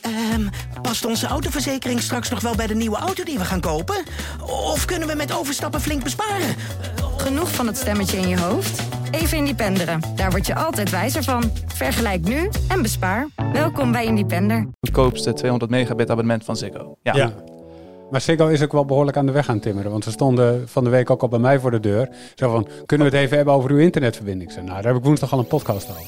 Past onze autoverzekering straks nog wel bij de nieuwe auto die we gaan kopen? Of kunnen we met overstappen flink besparen? Genoeg van het stemmetje in je hoofd? Even Independeren. Daar word je altijd wijzer van. Vergelijk nu en bespaar. Welkom bij Independer. Het goedkoopste 200 megabit abonnement van Ziggo. Ja. Maar Ziggo is ook wel behoorlijk aan de weg aan timmeren. Want ze stonden van de week ook al bij mij voor de deur. Zo van, kunnen we het even hebben over uw internetverbinding? Ik zei, nou, daar heb ik woensdag al een podcast over.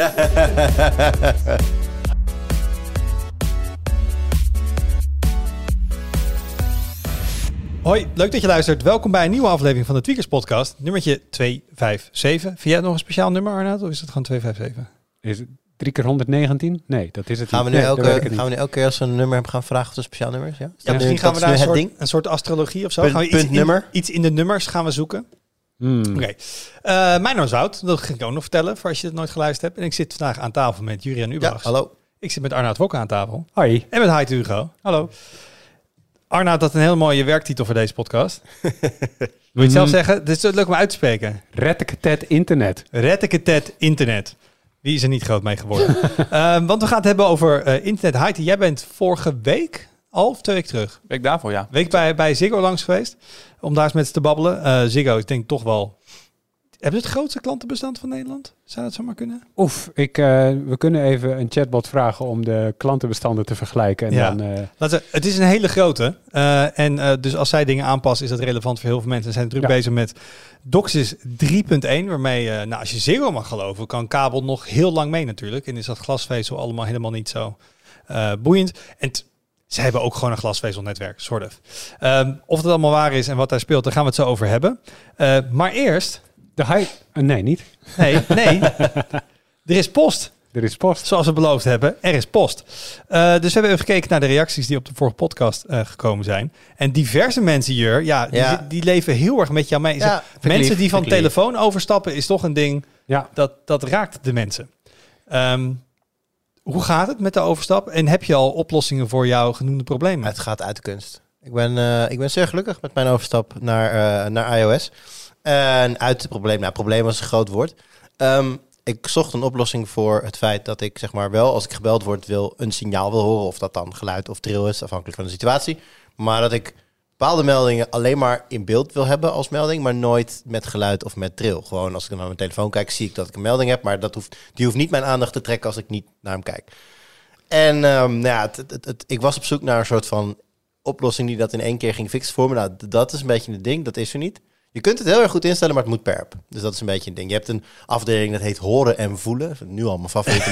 Hoi, leuk dat je luistert. Welkom bij een nieuwe aflevering van de Tweakers podcast. Nummertje 257. Vind jij nog een speciaal nummer, Arnoud? Of is het gewoon 257? Is het 3 keer 119? Nee, dat is het gaan we niet. Gaan we nu elke keer als we een nummer hebben gaan vragen of het een speciaal nummer is? Ja, misschien gaan we daar een soort astrologie of zo. Gaan we iets in de nummers gaan we zoeken. Oké. Mijn naam is Wout. Dat ging ik ook nog vertellen, voor als je het nooit geluisterd hebt. En ik zit vandaag aan tafel met Jurian Ubachs. Ja, hallo. Ik zit met Arnoud Wokke aan tafel. Hoi. En met Heid Hugo. Hallo. Arnoud had een heel mooie werktitel voor deze podcast. Wil je het zelf zeggen? Het is leuk om uit te spreken. Retteketet internet. Retteketet internet. Wie is er niet groot mee geworden? Want we gaan het hebben over internet. Heidi, jij bent vorige week, of 2 weken terug? Week daarvoor, ja. Week bij Ziggo langs geweest. Om daar eens met ze te babbelen. Ziggo, ik denk toch wel... Hebben we het grootste klantenbestand van Nederland? Zou dat zomaar kunnen? We kunnen even een chatbot vragen om de klantenbestanden te vergelijken. En dan, het is een hele grote. Dus als zij dingen aanpassen, is dat relevant voor heel veel mensen. Ze zijn druk bezig met DOCSIS 3.1. Waarmee, als je Ziggo mag geloven, kan kabel nog heel lang mee natuurlijk. En is dat glasvezel allemaal helemaal niet zo boeiend. En ze hebben ook gewoon een glasvezelnetwerk, soort of. Of het allemaal waar is en wat daar speelt, daar gaan we het zo over hebben. Maar eerst... Nee, niet. Nee. Er is post. Er is post. Zoals we beloofd hebben, er is post. Dus we hebben even gekeken naar de reacties die op de vorige podcast gekomen zijn. En diverse mensen hier, die leven heel erg met jou mee. Ja, mensen die van de telefoon overstappen is toch een ding, dat raakt de mensen. Hoe gaat het met de overstap? En heb je al oplossingen voor jouw genoemde problemen? Het gaat uit de kunst. Ik ben zeer gelukkig met mijn overstap naar iOS. En uit het probleem. Nou, probleem was een groot woord. Ik zocht een oplossing voor het feit dat ik zeg maar wel, als ik gebeld word, een signaal wil horen. Of dat dan geluid of tril is, afhankelijk van de situatie. Maar dat ik bepaalde meldingen alleen maar in beeld wil hebben als melding, maar nooit met geluid of met tril. Gewoon als ik naar mijn telefoon kijk, zie ik dat ik een melding heb. Maar die hoeft niet mijn aandacht te trekken als ik niet naar hem kijk. En ik was op zoek naar een soort van oplossing die dat in 1 keer ging fixen voor me. Nou, dat is een beetje het ding. Dat is er niet. Je kunt het heel erg goed instellen, maar het moet per app. Dus dat is een beetje een ding. Je hebt een afdeling dat heet horen en voelen. Nu al mijn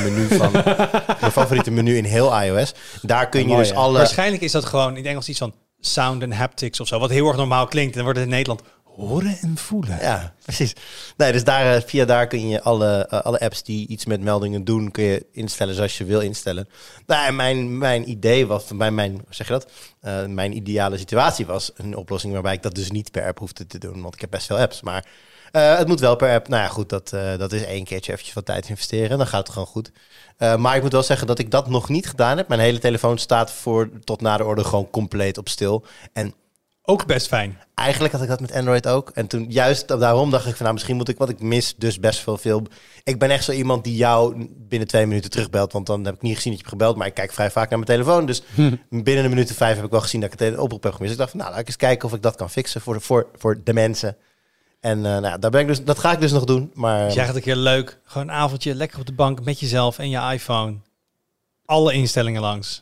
favoriete menu in heel iOS. Daar kun je dus alle... Waarschijnlijk is dat gewoon in het Engels iets van sound and haptics of zo. Wat heel erg normaal klinkt. En dan wordt het in Nederland horen en voelen. Ja, precies. Nee, dus via daar kun je alle apps die iets met meldingen doen, kun je instellen zoals je wil instellen. Nou, en mijn idee was, mijn ideale situatie was een oplossing waarbij ik dat dus niet per app hoefde te doen, want ik heb best veel apps. Maar het moet wel per app. Nou ja, goed, dat is 1 keertje eventjes wat tijd investeren. Dan gaat het gewoon goed. Maar ik moet wel zeggen dat ik dat nog niet gedaan heb. Mijn hele telefoon staat tot na de orde gewoon compleet op stil. En ook best fijn. Eigenlijk had ik dat met Android ook. En toen juist daarom dacht ik van misschien moet ik, want ik mis dus best wel veel. Ik ben echt zo iemand die jou binnen 2 minuten terugbelt. Want dan heb ik niet gezien dat je hebt gebeld. Maar ik kijk vrij vaak naar mijn telefoon. Dus binnen 1 minuut of 5 heb ik wel gezien dat ik het oproep heb gemist. Ik dacht van laat ik eens kijken of ik dat kan fixen voor de mensen. En dat ga ik dus nog doen. Maar dus jij gaat een keer leuk, gewoon een avondje lekker op de bank met jezelf en je iPhone. Alle instellingen langs.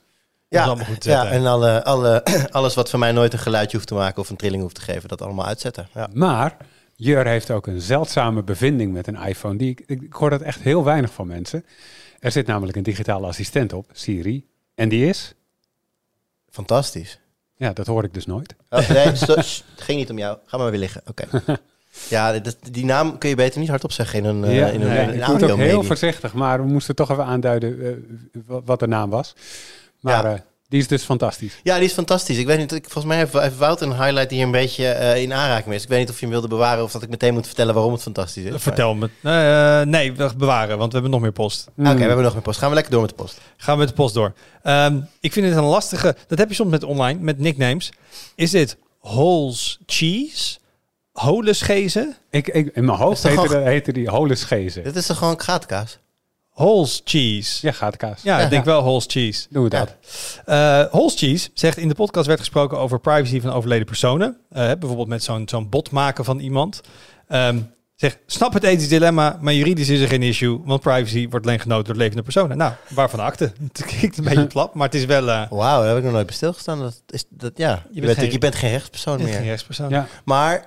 En alles wat voor mij nooit een geluidje hoeft te maken of een trilling hoeft te geven, dat allemaal uitzetten. Ja. Maar Jur heeft ook een zeldzame bevinding met een iPhone. Ik hoor dat echt heel weinig van mensen. Er zit namelijk een digitale assistent op, Siri. En die is? Fantastisch. Ja, dat hoor ik dus nooit. Oh, nee, het ging niet om jou. Ga maar weer liggen. Oké. Ja, die naam kun je beter niet hardop zeggen in een ik doe het ook heel voorzichtig, maar we moesten toch even aanduiden wat de naam was. Maar die is dus fantastisch. Ja, die is fantastisch. Ik weet niet, volgens mij heeft Wout een highlight die hier een beetje in aanraking is. Ik weet niet of je hem wilde bewaren of dat ik meteen moet vertellen waarom het fantastisch is. Vertel me. Nee, we bewaren, want we hebben nog meer post. Oké, we hebben nog meer post. Gaan we lekker door met de post. Gaan we met de post door. Ik vind het een lastige, dat heb je soms met online, met nicknames. Is dit Holes Cheese? Holeschezen? In mijn hoofd heette die Holeschezen. Dit is toch gewoon gaatkaas? Halls Cheese. Ja, gaat kaas. Ja, ik denk wel Halls Cheese. Doen we dat. Halls Cheese zegt in de podcast werd gesproken over privacy van overleden personen. Bijvoorbeeld met zo'n bot maken van iemand. Zeg, snap het ethisch dilemma, maar juridisch is er geen issue, want privacy wordt alleen genoten door levende personen. Nou, waarvan akte? Het klinkt een beetje plat, maar het is wel... Wauw, daar heb ik nog nooit bij stilgestaan. Je bent geen rechtspersoon meer. Geen rechtspersoon. Ja. Maar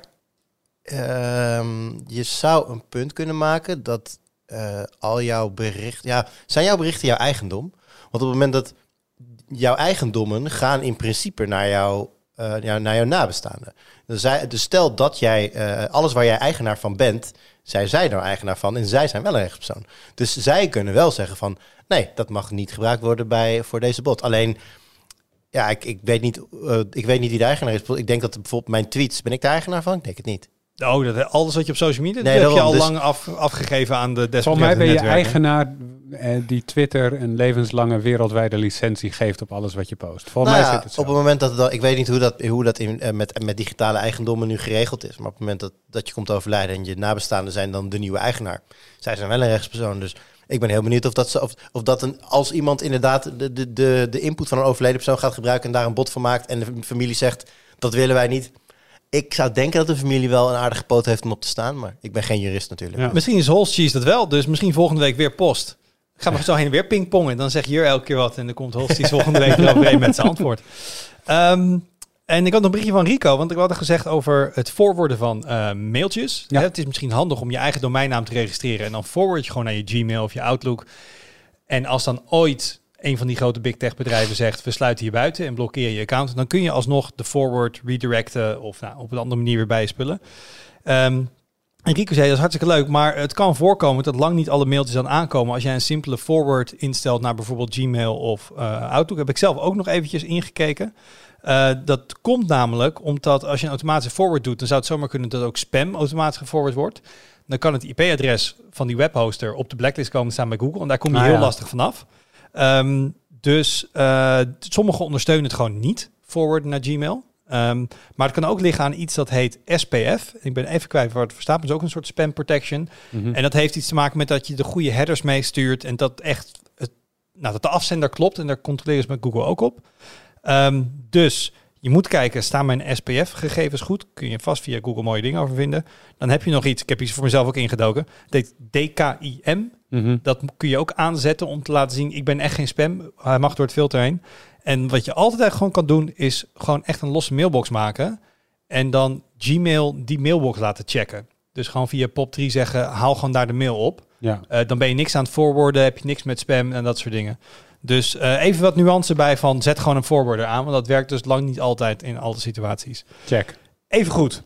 je zou een punt kunnen maken dat al jouw berichten... Ja, zijn jouw berichten jouw eigendom? Want op het moment dat jouw eigendommen gaan in principe naar jouw nabestaanden. Dus stel dat jij alles waar jij eigenaar van bent, zijn zij nou eigenaar van en zij zijn wel een rechtspersoon. Dus zij kunnen wel zeggen van, nee, dat mag niet gebruikt worden voor deze bot. Alleen, ja, ik weet niet wie de eigenaar is. Ik denk dat bijvoorbeeld mijn tweets, ben ik de eigenaar van? Ik denk het niet. Oh, alles wat je op social media heb je al lang afgegeven aan de Volgens mij ben je eigenaar die Twitter een levenslange wereldwijde licentie geeft op alles wat je post. Volgens mij zit het zo. Op het moment ik weet niet hoe dat met digitale eigendommen nu geregeld is. Maar op het moment dat je komt overlijden en je nabestaanden zijn dan de nieuwe eigenaar. Zij zijn wel een rechtspersoon, dus ik ben heel benieuwd als iemand inderdaad de input van een overleden persoon gaat gebruiken en daar een bot van maakt en de familie zegt, dat willen wij niet. Ik zou denken dat de familie wel een aardige poot heeft om op te staan, maar ik ben geen jurist natuurlijk. Ja. Misschien is Halls Cheese dat wel, dus misschien volgende week weer post. Gaan we zo heen en weer pingpongen. Dan zeg je hier elke keer wat en dan komt Halls Cheese volgende week eroverheen met zijn antwoord. En ik had nog een berichtje van Rico, want ik had gezegd over het forwarden van mailtjes. Ja. Het is misschien handig om je eigen domeinnaam te registreren en dan forward je gewoon naar je Gmail of je Outlook. En als dan ooit een van die grote big tech bedrijven zegt, we sluiten je buiten en blokkeer je account, dan kun je alsnog de forward redirecten of op een andere manier weer bijspullen. En Rico zei, dat is hartstikke leuk, maar het kan voorkomen dat lang niet alle mailtjes dan aankomen. Als jij een simpele forward instelt naar bijvoorbeeld Gmail of Outlook, heb ik zelf ook nog eventjes ingekeken. Dat komt namelijk omdat als je een automatische forward doet, dan zou het zomaar kunnen dat ook spam automatisch geforward wordt. Dan kan het IP-adres van die webhoster op de blacklist komen staan bij Google en daar kom je heel lastig vanaf. Dus sommigen ondersteunen het gewoon niet, forward naar Gmail. Maar het kan ook liggen aan iets dat heet SPF. Ik ben even kwijt waar het voor staat, maar het is ook een soort spam protection. Mm-hmm. En dat heeft iets te maken met dat je de goede headers meestuurt en dat echt dat de afzender klopt en daar controleren ze met Google ook op. Dus je moet kijken, staan mijn SPF-gegevens goed? Kun je vast via Google mooie dingen over vinden. Dan heb je nog iets, ik heb iets voor mezelf ook ingedoken. Dat DKIM. Mm-hmm. Dat kun je ook aanzetten om te laten zien, ik ben echt geen spam. Hij mag door het filter heen. En wat je altijd gewoon kan doen, is gewoon echt een losse mailbox maken. En dan Gmail die mailbox laten checken. Dus gewoon via POP3 zeggen, haal gewoon daar de mail op. Ja. Dan ben je niks aan het forwarden, heb je niks met spam en dat soort dingen. Dus even wat nuance bij van zet gewoon een forwarder aan. Want dat werkt dus lang niet altijd in alle situaties. Check. Even goed.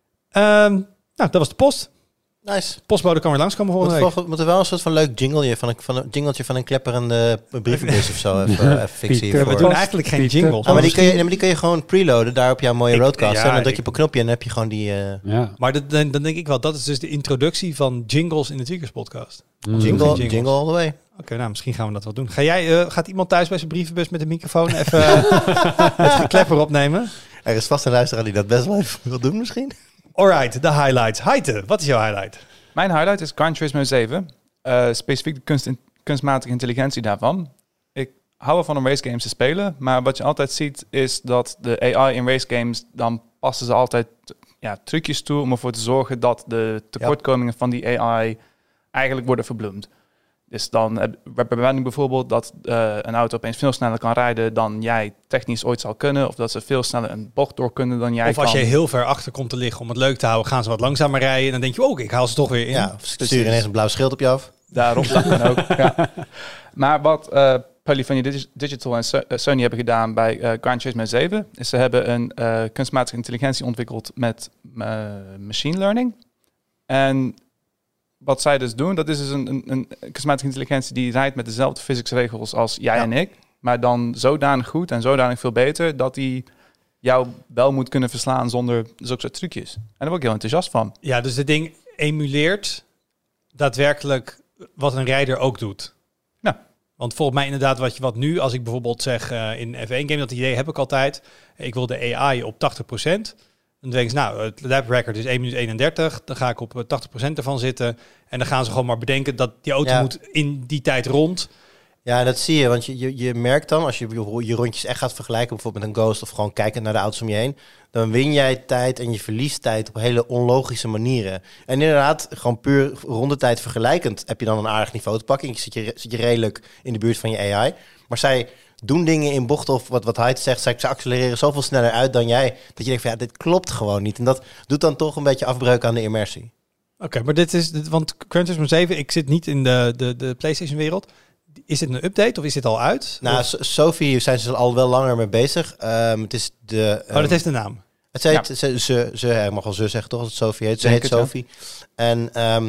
Dat was de post. Nice. Postbode kan weer langskomen volgende week. Moet er wel een soort van leuk jingletje van een klepperende brievenbus of zo even fixen. We doen eigenlijk geen jingles. Maar die kun je gewoon preloaden daar op jouw mooie Rodecaster. En dan druk je op een knopje en dan heb je gewoon die... Maar dan denk ik wel, dat is dus de introductie van jingles in de Tweakers podcast. Jingle all the way. Oké, nou misschien gaan we dat wel doen. Gaat iemand thuis bij zijn brievenbus met een microfoon even het geklepper opnemen? Er is vast een luisteraar die dat best wel even wil doen misschien. Alright, de highlights. Heite, wat is jouw highlight? Mijn highlight is Gran Turismo 7. Specifiek de kunstmatige intelligentie daarvan. Ik hou ervan om racegames te spelen, maar wat je altijd ziet is dat de AI in racegames, dan passen ze altijd trucjes toe om ervoor te zorgen dat de tekortkomingen van die AI eigenlijk worden verbloemd. Dus dan hebben we bijvoorbeeld dat een auto opeens veel sneller kan rijden dan jij technisch ooit zal kunnen. Of dat ze veel sneller een bocht door kunnen dan jij kan. Of als je heel ver achter komt te liggen om het leuk te houden, gaan ze wat langzamer rijden. En dan denk je, ik haal ze toch weer in. Ja, of stuur ineens een blauw schild op je af. Daarop, dat kan ook. Ja. Maar wat Polyphony Digital en Sony hebben gedaan bij Gran Turismo 7... is ze hebben een kunstmatige intelligentie ontwikkeld met machine learning. En wat zij dus doen, dat is dus een kunstmatige intelligentie die rijdt met dezelfde physicsregels als jij en ik. Maar dan zodanig goed en zodanig veel beter dat die jou wel moet kunnen verslaan zonder zulke soort trucjes. En daar word ik heel enthousiast van. Ja, dus het ding emuleert daadwerkelijk wat een rijder ook doet. Ja. Want volgens mij inderdaad wat nu, als ik bijvoorbeeld zeg in F1 game, dat idee heb ik altijd. Ik wil de AI op 80%. Dan denken ze, nou, het lap record is 1 minuut 31. Dan ga ik op 80% ervan zitten. En dan gaan ze gewoon maar bedenken dat die auto moet in die tijd rond. Ja, dat zie je. Want je merkt dan, als je rondjes echt gaat vergelijken, bijvoorbeeld met een Ghost of gewoon kijken naar de auto's om je heen, dan win jij tijd en je verliest tijd op hele onlogische manieren. En inderdaad, gewoon puur rondetijd vergelijkend heb je dan een aardig niveau te pakken. Zit je redelijk in de buurt van je AI. Maar zij doen dingen in bochten of wat Hyde zegt, ze accelereren zoveel sneller uit dan jij, dat je denkt van ja, dit klopt gewoon niet. En dat doet dan toch een beetje afbreuk aan de immersie. Oké, maar want Gran Turismo 7, ik zit niet in de PlayStation wereld. Is dit een update of is dit al uit? Nou, Sophie zijn ze al wel langer mee bezig. Het is de... dat heeft een naam. Het heet, ze mag wel ze zeggen toch, als het Sophie heet. Ze heet Sophie. Ja. En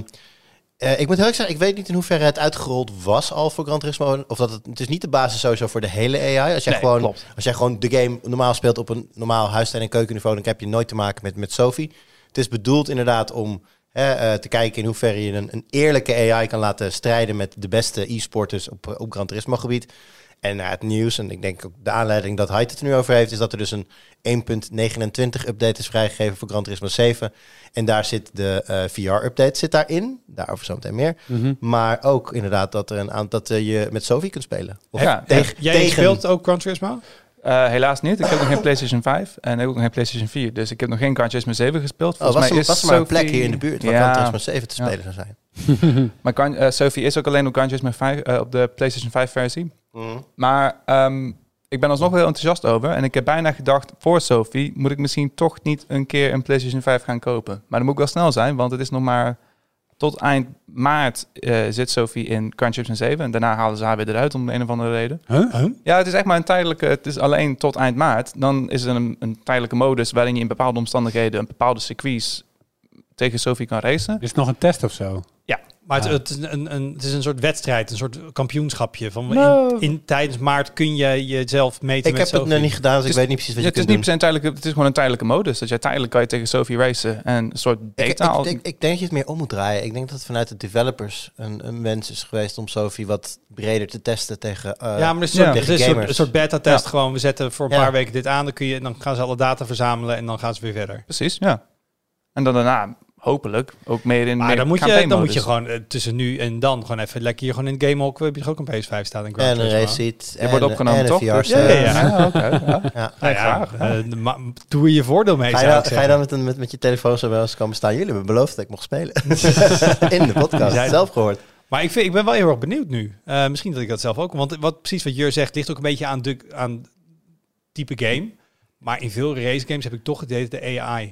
ik moet heel erg zeggen, ik weet niet in hoeverre het uitgerold was al voor Gran Turismo. Of dat het is niet de basis sowieso voor de hele AI. Als jij gewoon de game normaal speelt op een normaal huistuin- en keukenniveau, dan heb je nooit te maken met Sophie. Het is bedoeld inderdaad om te kijken in hoeverre je een eerlijke AI kan laten strijden met de beste e-sporters op Gran Turismo gebied. En het nieuws, en ik denk ook de aanleiding dat Hyde het er nu over heeft, is dat er dus een 1.29 update is vrijgegeven voor Gran Turismo 7. En daar zit de VR-update daarin. Daarover zometeen meer. Mm-hmm. Maar ook inderdaad dat je met Sophie kunt spelen. Jij speelt ook Gran Turismo? Helaas niet. Ik heb nog geen PlayStation 5 en ook nog geen PlayStation 4. Dus ik heb nog geen Gran Turismo 7 gespeeld. Was er maar een plek hier in de buurt waar Gran Turismo 7 te spelen zou zijn. Maar Sophie is ook alleen op Gran Turismo 5, op de PlayStation 5 versie. Mm. Maar ik ben alsnog wel heel enthousiast over. En ik heb bijna gedacht, voor Sophie moet ik misschien toch niet een keer een PlayStation 5 gaan kopen. Maar dan moet ik wel snel zijn, want het is nog maar tot eind maart zit Sophie in Gran Turismo 7. En daarna halen ze haar weer eruit om een of andere reden. Huh? Ja, het is echt maar een tijdelijke... Het is alleen tot eind maart. Dan is er een tijdelijke modus waarin je in bepaalde omstandigheden een bepaalde circuits tegen Sophie kan racen. Is het nog een test of zo? Ja. Maar het is een soort wedstrijd, een soort kampioenschapje. Tijdens maart kun je jezelf meten met Sophie. Ik heb het nog niet gedaan, dus ik weet niet precies wat je kunt doen. Het is gewoon een tijdelijke modus. Dat jij tijdelijk kan je tegen Sophie racen. En een soort beta. Ik denk dat je het meer om moet draaien. Ik denk dat het vanuit de developers een wens is geweest om Sophie wat breder te testen tegen maar het is een soort beta-test. Ja. Gewoon, we zetten voor een paar weken dit aan. Dan gaan ze alle data verzamelen en dan gaan ze weer verder. Precies, ja. En dan daarna... hopelijk ook meer in. Maar dan moet je gewoon tussen nu en dan gewoon even lekker hier gewoon in het Gamehawk. Heb je toch ook een PS5 staan en een race seat. Je wordt opgenomen toch? Doe je voordeel mee. Ga je dan met je telefoon zo wel eens komen staan? Jullie hebben beloofd dat ik mocht spelen. In de podcast. Zelf gehoord. Maar ik ben wel heel erg benieuwd nu. Misschien dat ik dat zelf ook. Want precies wat Jur zegt, ligt ook een beetje aan type game. Maar in veel race games heb ik toch idee dat de AI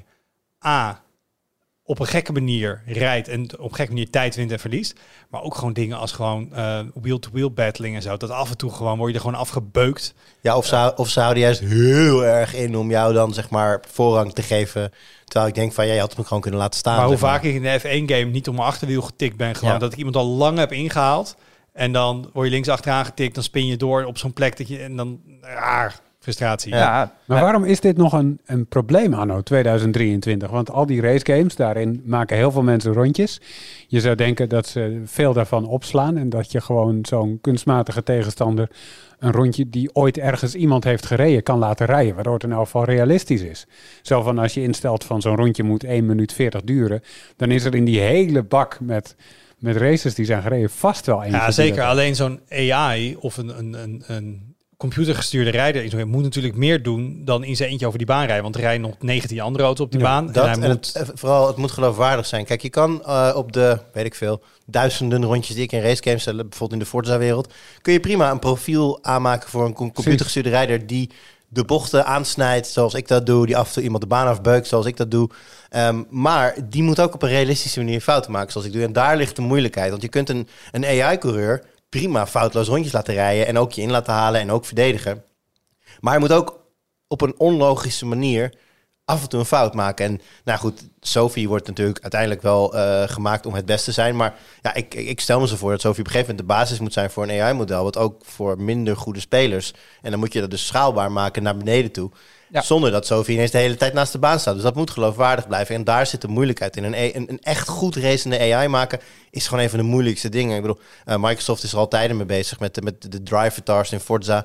op een gekke manier rijdt en op een gekke manier tijd wint en verliest. Maar ook gewoon dingen als gewoon wheel-to-wheel battling en zo. Dat af en toe gewoon word je er gewoon afgebeukt. Ja, of ze houden juist heel erg in om jou dan zeg maar voorrang te geven. Terwijl ik denk van, jij had hem gewoon kunnen laten staan. Maar hoe vaak ik in de F1-game niet op mijn achterwiel getikt ben. Gewoon dat ik iemand al lang heb ingehaald. En dan word je links achteraan getikt. Dan spin je door op zo'n plek dat je... En dan... frustratie. Ja. Maar waarom is dit nog een probleem anno 2023? Want al die racegames, daarin maken heel veel mensen rondjes. Je zou denken dat ze veel daarvan opslaan en dat je gewoon zo'n kunstmatige tegenstander een rondje die ooit ergens iemand heeft gereden kan laten rijden, waardoor het in elk geval realistisch is. Zo van als je instelt van zo'n rondje moet 1 minuut 40 duren, dan is er in die hele bak met races die zijn gereden vast wel eentje. Ja, zeker. Alleen zo'n AI of een computergestuurde rijder moet natuurlijk meer doen dan in zijn eentje over die baan rijden. Want er rijden nog 19 andere auto's op die baan. Vooral, het moet geloofwaardig zijn. Kijk, je kan op de, weet ik veel, duizenden rondjes die ik in racegames stel, bijvoorbeeld in de Forza-wereld, kun je prima een profiel aanmaken voor een computergestuurde rijder die de bochten aansnijdt zoals ik dat doe, die af en toe iemand de baan afbeukt zoals ik dat doe. Maar die moet ook op een realistische manier fouten maken zoals ik doe. En daar ligt de moeilijkheid. Want je kunt een AI-coureur prima foutloos rondjes laten rijden en ook je in laten halen en ook verdedigen. Maar hij moet ook op een onlogische manier af en toe een fout maken. En nou goed, Sophie wordt natuurlijk uiteindelijk wel gemaakt om het beste te zijn. Maar ja, ik stel me zo voor dat Sophie op een gegeven moment de basis moet zijn voor een AI-model. Wat ook voor minder goede spelers. En dan moet je dat dus schaalbaar maken naar beneden toe. Ja. Zonder dat Sophie ineens de hele tijd naast de baan staat. Dus dat moet geloofwaardig blijven. En daar zit de moeilijkheid in. Een echt goed racende AI maken is gewoon een van de moeilijkste dingen. Ik bedoel, Microsoft is er al tijden mee bezig met de drive tars in Forza.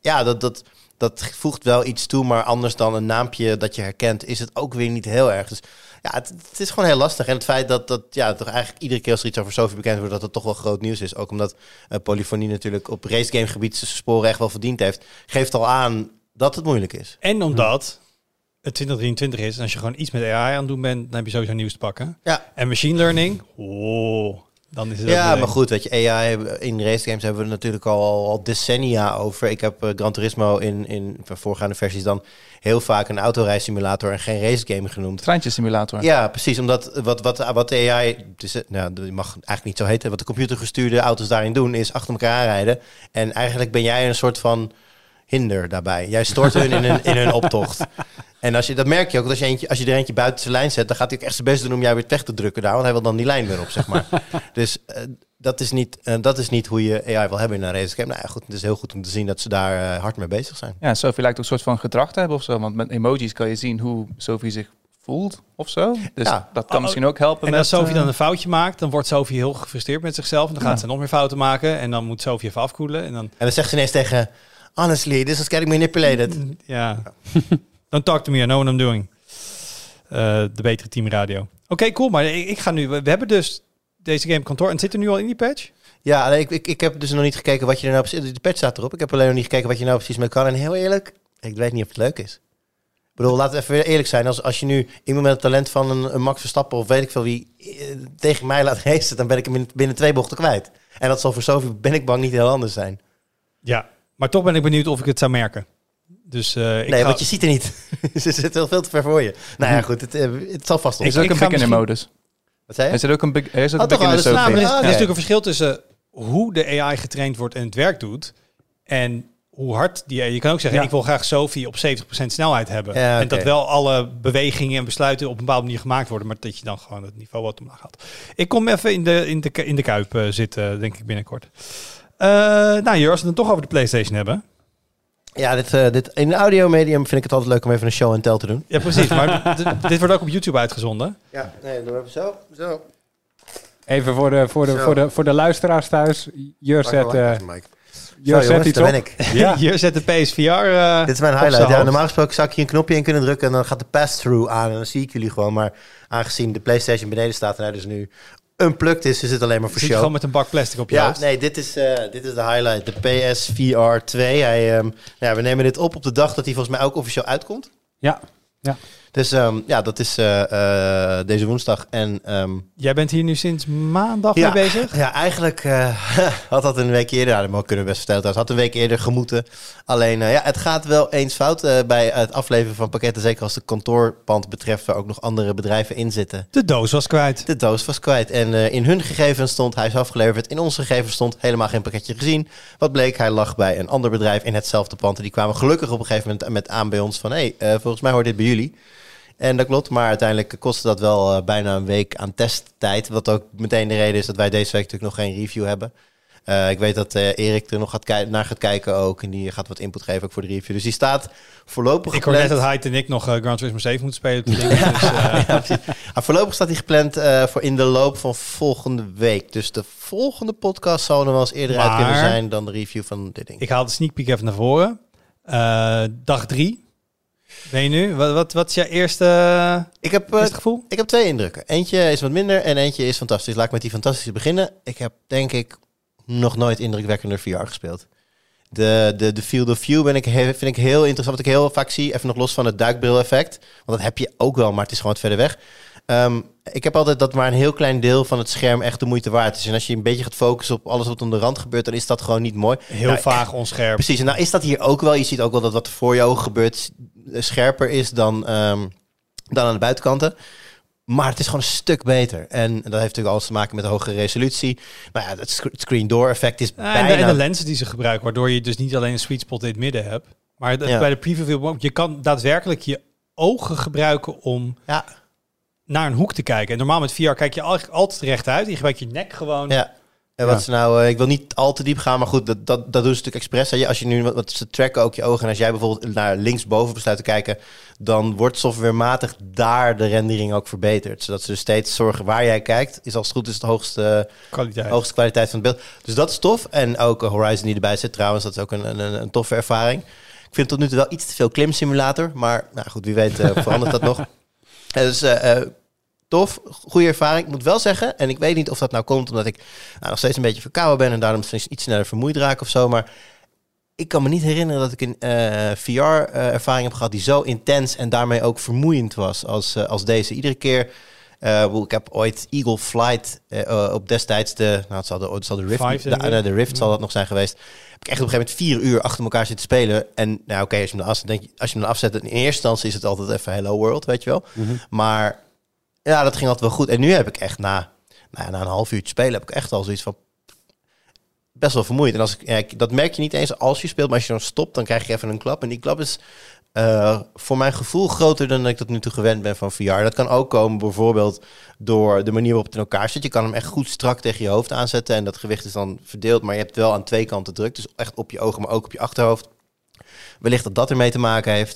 ja, dat voegt wel iets toe, maar anders dan een naampje dat je herkent, is het ook weer niet heel erg. Dus ja, het is gewoon heel lastig. En het feit dat toch eigenlijk iedere keer als er iets over Sophie bekend wordt, dat het toch wel groot nieuws is. Ook omdat Polyfonie natuurlijk op racegame gebied zijn sporen echt wel verdiend heeft, geeft al aan dat het moeilijk is. En omdat het 2023 is en als je gewoon iets met AI aan het doen bent, dan heb je sowieso nieuws te pakken. Ja. En machine learning, dan is het ja, maar goed, weet je, AI in racegames hebben we natuurlijk al decennia over. Ik heb Gran Turismo in voorgaande versies dan heel vaak een autorijsimulator en geen racegame genoemd. Treintjesimulator. Ja, precies, omdat wat de AI, dus, nou, dat mag eigenlijk niet zo heten, wat de computergestuurde auto's daarin doen, is achter elkaar aanrijden. En eigenlijk ben jij een soort van hinder daarbij. Jij stoort hun in hun optocht. En dat merk je ook, als je er eentje buiten zijn lijn zet, dan gaat hij ook echt zijn best doen om jou weer weg te drukken daar, want hij wil dan die lijn weer op, zeg maar. Dus dat is niet hoe je AI wil hebben in een racegame. Nou ja, goed, het is heel goed om te zien dat ze daar hard mee bezig zijn. Ja, Sophie lijkt ook een soort van gedrag te hebben of zo, want met emojis kan je zien hoe Sophie zich voelt of zo. Dus ja, dat kan misschien ook helpen. En als Sophie dan een foutje maakt, dan wordt Sophie heel gefrustreerd met zichzelf. En dan gaat ze nog meer fouten maken en dan moet Sophie even afkoelen. En dan zegt ze ineens tegen, honestly, this is getting manipulated. Ja. Don't talk to me, I know what I'm doing. De betere teamradio. Oké, cool, maar ik ga nu... We hebben dus deze game kantoor en het zit er nu al in die patch? Ja, ik heb dus nog niet gekeken wat je er nou precies... De patch staat erop. Ik heb alleen nog niet gekeken wat je nou precies mee kan. En heel eerlijk, ik weet niet of het leuk is. Ik bedoel, laten we even weer eerlijk zijn. Als je nu iemand met het talent van een Max Verstappen of weet ik veel wie tegen mij laat racen, dan ben ik hem binnen 2 bochten kwijt. En dat zal voor Sophie, ben ik bang, niet heel anders zijn. Ja, maar toch ben ik benieuwd of ik het zou merken. Dus, want je ziet er niet. Ze zit wel veel te ver voor je. Nou ja, goed, het zal vast op. Is er ook een beginner-modus? Wat zei je? Is er ook een beginner Er is natuurlijk een verschil tussen hoe de AI getraind wordt en het werk doet. En hoe hard die... Je kan ook zeggen, ik wil graag Sophie op 70% snelheid hebben. Ja, en dat wel alle bewegingen en besluiten op een bepaalde manier gemaakt worden. Maar dat je dan gewoon het niveau wat omlaag gaat. Ik kom even in de kuip zitten, denk ik binnenkort. Nou, als we het dan toch over de PlayStation hebben... Ja, dit in een audiomedium vind ik het altijd leuk om even een show and tell te doen. Ja, precies. Maar dit wordt ook op YouTube uitgezonden. Ja, nee, doen we even zo. Even voor de luisteraars thuis. Jur zet iets op. Ja. Jur zet de PSVR dit is mijn highlight. Ja, normaal gesproken zou ik hier een knopje in kunnen drukken en dan gaat de pass-through aan en dan zie ik jullie gewoon. Maar aangezien de PlayStation beneden staat en hij dus nu unplugged is het alleen maar voor show. Gewoon met een bak plastic op je hoofd. Nee, dit is de highlight. De PSVR 2. We nemen dit op de dag dat hij volgens mij ook officieel uitkomt. Ja. Dus dat is deze woensdag. En, jij bent hier nu sinds maandag mee bezig? Ja, eigenlijk had dat een week eerder... dat kunnen we best vertellen. Het had een week eerder gemoeten. Alleen, het gaat wel eens fout bij het afleveren van pakketten. Zeker als de kantoorpand betreft... waar ook nog andere bedrijven in zitten. De doos was kwijt. En in hun gegevens stond hij is afgeleverd. In onze gegevens stond helemaal geen pakketje gezien. Wat bleek, hij lag bij een ander bedrijf in hetzelfde pand. En die kwamen gelukkig op een gegeven moment met aan bij ons van... volgens mij hoort dit bij jullie. En dat klopt, maar uiteindelijk kostte dat wel bijna een week aan testtijd. Wat ook meteen de reden is dat wij deze week natuurlijk nog geen review hebben. Ik weet dat Erik er nog naar gaat kijken ook. En die gaat wat input geven ook voor de review. Dus die staat voorlopig gepland. Ik hoor net dat Hyde en ik nog Gran Turismo 7 moeten spelen. Dus, voorlopig staat hij gepland voor in de loop van volgende week. Dus de volgende podcast zal er wel eens eerder uit kunnen zijn dan de review van dit ding. Ik haal de sneak peek even naar voren. Dag 3. Ben je nu? Wat is jouw eerste gevoel? Ik heb 2 indrukken. Eentje is wat minder en eentje is fantastisch. Laat ik met die fantastische beginnen. Ik heb denk ik nog nooit indrukwekkender VR gespeeld. De field of view vind ik heel interessant. Wat ik heel vaak zie, even nog los van het duikbril effect. Want dat heb je ook wel, maar het is gewoon wat verder weg. Ik heb altijd dat maar een heel klein deel van het scherm echt de moeite waard is. En als je een beetje gaat focussen op alles wat om de rand gebeurt, dan is dat gewoon niet mooi. Heel vaag onscherp. Precies, en nou is dat hier ook wel. Je ziet ook wel dat wat voor je ogen gebeurt scherper is dan aan de buitenkanten. Maar het is gewoon een stuk beter. En dat heeft natuurlijk alles te maken met de hogere resolutie. Maar ja, het screen door effect is bijna... En de lenzen die ze gebruiken, waardoor je dus niet alleen een sweet spot in het midden hebt. Maar bij de preview, je kan daadwerkelijk je ogen gebruiken om... naar een hoek te kijken. En normaal met VR kijk je altijd rechtuit. Je gebruikt je nek gewoon En wat ze nou, ik wil niet al te diep gaan, maar goed, dat doen ze natuurlijk expres. Als je nu wat ze tracken ook je ogen en als jij bijvoorbeeld naar linksboven besluit te kijken, dan wordt softwarematig daar de rendering ook verbeterd. Zodat ze dus steeds zorgen waar jij kijkt, is als het goed is de hoogste kwaliteit van het beeld. Dus dat is tof. En ook Horizon die erbij zit trouwens, dat is ook een toffe ervaring. Ik vind tot nu toe wel iets te veel klimsimulator, maar nou goed, wie weet verandert dat nog. Dus tof, goede ervaring. Ik moet wel zeggen, en ik weet niet of dat nou komt omdat ik nog steeds een beetje verkouden ben en daarom misschien iets sneller vermoeid raak of zo, maar ik kan me niet herinneren dat ik een VR-ervaring heb gehad die zo intens en daarmee ook vermoeiend was als deze. Iedere keer, ik heb ooit Eagle Flight op destijds het zal de Rift, de Rift zal dat nog zijn geweest. Heb ik echt op een gegeven moment 4 uur achter elkaar zitten spelen. En nou oké, als je hem afzet, in eerste instantie is het altijd even Hello World, weet je wel. Mm-hmm. Maar ja, dat ging altijd wel goed. En nu heb ik echt na een half uurtje spelen, heb ik echt al zoiets van best wel vermoeid. En dat merk je niet eens als je speelt, maar als je dan stopt, dan krijg je even een klap. En die klap is voor mijn gevoel groter dan ik tot nu toe gewend ben van VR. Dat kan ook komen bijvoorbeeld door de manier waarop het in elkaar zit. Je kan hem echt goed strak tegen je hoofd aanzetten en dat gewicht is dan verdeeld, maar je hebt wel aan 2 kanten druk. Dus echt op je ogen, maar ook op je achterhoofd. Wellicht dat ermee te maken heeft.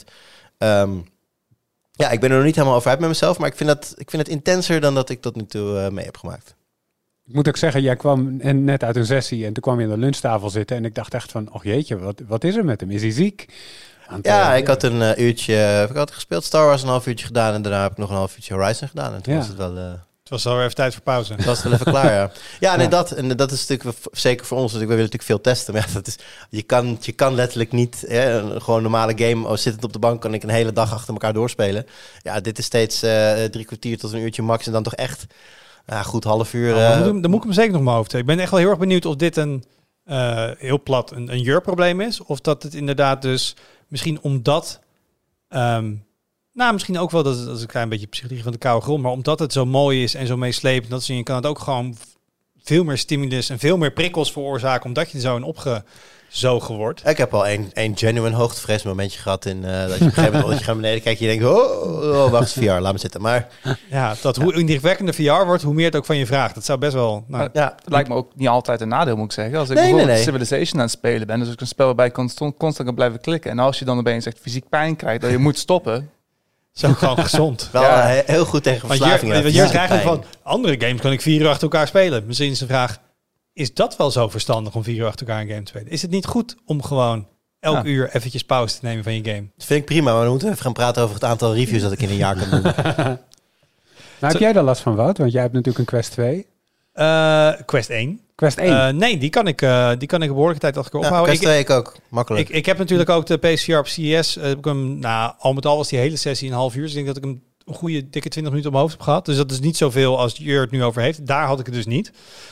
Ik ben er nog niet helemaal over uit met mezelf, maar ik vind het intenser dan dat ik tot nu toe mee heb gemaakt. Ik moet ook zeggen, jij kwam net uit een sessie en toen kwam je aan de lunchtafel zitten en ik dacht echt van, jeetje, wat is er met hem? Is hij ziek? Ik had een uurtje gespeeld, Star Wars een half uurtje gedaan en daarna heb ik nog een half uurtje Horizon gedaan. En toen was het wel... Het was alweer even tijd voor pauze. Het was wel even klaar, ja. Ja, nee, dat is natuurlijk zeker voor ons. We willen natuurlijk veel testen. Maar je kan letterlijk niet een gewoon normale game. Zittend op de bank kan ik een hele dag achter elkaar doorspelen. Ja, dit is steeds 3 kwartier tot een uurtje max. En dan toch echt goed half uur. Dan moet ik hem zeker nog maar hoofd. Ik ben echt wel heel erg benieuwd of dit heel plat een jeurprobleem is. Of dat het inderdaad dus misschien omdat... misschien ook wel, dat is een klein beetje psychologie van de koude grond, maar omdat het zo mooi is en zo meeslepend, je kan het ook gewoon veel meer stimulus en veel meer prikkels veroorzaken, omdat je zo opgezogen wordt. Ik heb al een genuine hoogtevrees momentje gehad dat je op een gegeven moment dat je gaat beneden kijkt, je denkt, wacht, VR, laat me zitten. Maar ja, hoe indrukwekkender VR wordt, hoe meer het ook van je vraagt. Dat zou best wel... Het lijkt me ook niet altijd een nadeel, moet ik zeggen. Als ik bijvoorbeeld Civilization aan het spelen ben, dus ik een spel waarbij ik constant kan blijven klikken. En als je dan opeens echt fysiek pijn krijgt, dat je moet stoppen. Zo gewoon gezond. Wel heel goed tegen verslaving. Want je krijgt van andere games kan ik 4 uur achter elkaar spelen. Misschien is de vraag, is dat wel zo verstandig om 4 uur achter elkaar een game te spelen? Is het niet goed om gewoon elk uur eventjes pauze te nemen van je game? Dat vind ik prima, maar we moeten even gaan praten over het aantal reviews dat ik in een jaar kan doen. Heb jij daar last van, Wout? Want jij hebt natuurlijk een Quest 2. Quest 1. Quest 1? Nee, die kan ik een behoorlijke tijd achter elkaar ophouden. Quest 2 ik ook, makkelijk. Ik heb natuurlijk ook de PSVR op CES. Al met al was die hele sessie een half uur. Dus ik denk dat ik hem een goede dikke 20 minuten op mijn hoofd heb gehad. Dus dat is niet zoveel als Jur het nu over heeft. Daar had ik het dus niet.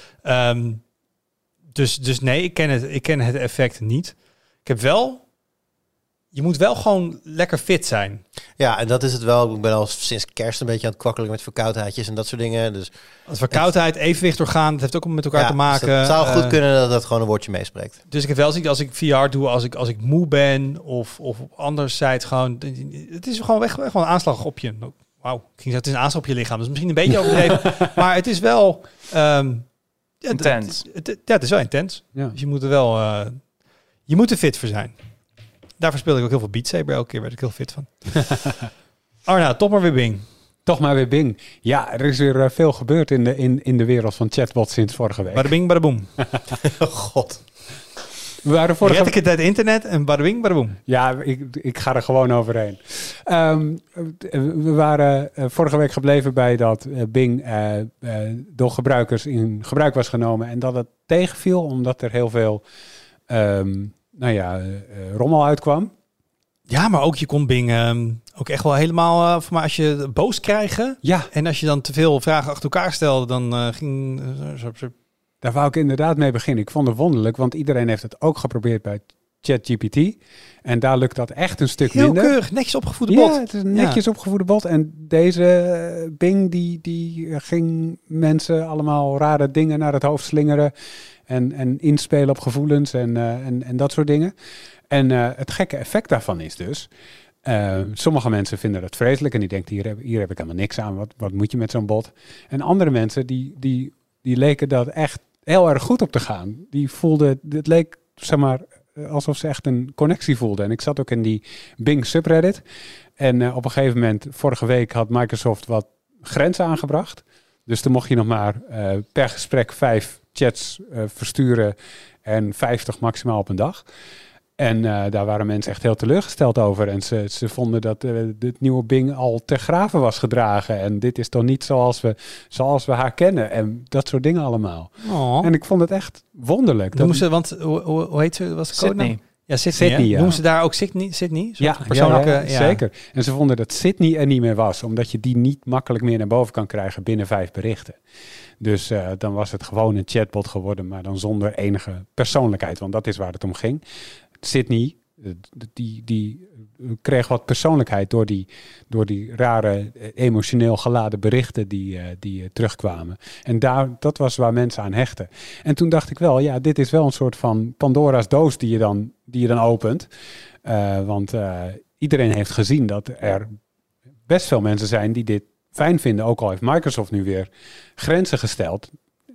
Dus nee, ik ken het effect niet. Ik heb wel... Je moet wel gewoon lekker fit zijn. Ja, en dat is het wel. Ik ben al sinds kerst een beetje aan het kwakkelen met verkoudheidjes en dat soort dingen. Dus verkoudheid, evenwichtorgaan, dat heeft ook met elkaar te maken. Dus het zou goed kunnen dat dat gewoon een woordje meespreekt. Dus ik heb wel als ik VR doe, als ik moe ben of op anderzijds gewoon... Het is gewoon gewoon een aanslag op je... Wauw, ik ging zeggen, het is een aanslag op je lichaam. Dat is misschien een beetje overdreven. Maar het is wel... intens. Het is wel intens. Ja. Dus je moet er wel... je moet er fit voor zijn. Daarvoor speelde ik ook heel veel Beat Saber. Elke keer werd ik heel fit van. Arna, toch maar weer Bing. Toch maar weer Bing. Ja, er is weer veel gebeurd in de wereld van chatbot sinds vorige week. Bada bing, bada boom. Oh god. We waren Red ik het internet en bada bing, bada boom. Ja, ik ga er gewoon overheen. We waren vorige week gebleven bij dat Bing door gebruikers in gebruik was genomen. En dat het tegenviel omdat er heel veel... rommel uitkwam. Ja, maar ook je kon Bing ook echt wel helemaal... voor mij als je boos krijgen. Ja. En als je dan te veel vragen achter elkaar stelde, dan ging... Daar wou ik inderdaad mee beginnen. Ik vond het wonderlijk, want iedereen heeft het ook geprobeerd bij ChatGPT. En daar lukt dat echt een stuk minder. Heel keurig, netjes opgevoede bot. Ja, het is een netjes opgevoede bot. En deze Bing, die ging mensen allemaal rare dingen naar het hoofd slingeren. En inspelen op gevoelens en dat soort dingen. En het gekke effect daarvan is dus... sommige mensen vinden het vreselijk en die denken, hier heb ik helemaal niks aan. Wat moet je met zo'n bot? En andere mensen die leken dat echt heel erg goed op te gaan. Die voelde, het leek zeg maar alsof ze echt een connectie voelden. En ik zat ook in die Bing subreddit. En op een gegeven moment, vorige week had Microsoft wat grenzen aangebracht. Dus dan mocht je nog maar per gesprek 5 chats versturen en 50 maximaal op een dag. En daar waren mensen echt heel teleurgesteld over. En ze vonden dat het nieuwe Bing al ter grave was gedragen. En dit is toch niet zoals we haar kennen. En dat soort dingen allemaal. Oh. En ik vond het echt wonderlijk. Want hoe heet ze? Was de codenaam? Sydney. Ja, Sydney. Ja. Noemen ze daar ook Sydney? Ja, zeker. En ze vonden dat Sydney er niet meer was. Omdat je die niet makkelijk meer naar boven kan krijgen binnen 5 berichten. Dus dan was het gewoon een chatbot geworden. Maar dan zonder enige persoonlijkheid. Want dat is waar het om ging. Sydney, die kreeg wat persoonlijkheid door die rare emotioneel geladen berichten die terugkwamen. En dat was waar mensen aan hechten. En toen dacht ik wel, ja, dit is wel een soort van Pandora's doos die je dan opent. Want iedereen heeft gezien dat er best veel mensen zijn die dit fijn vinden. Ook al heeft Microsoft nu weer grenzen gesteld.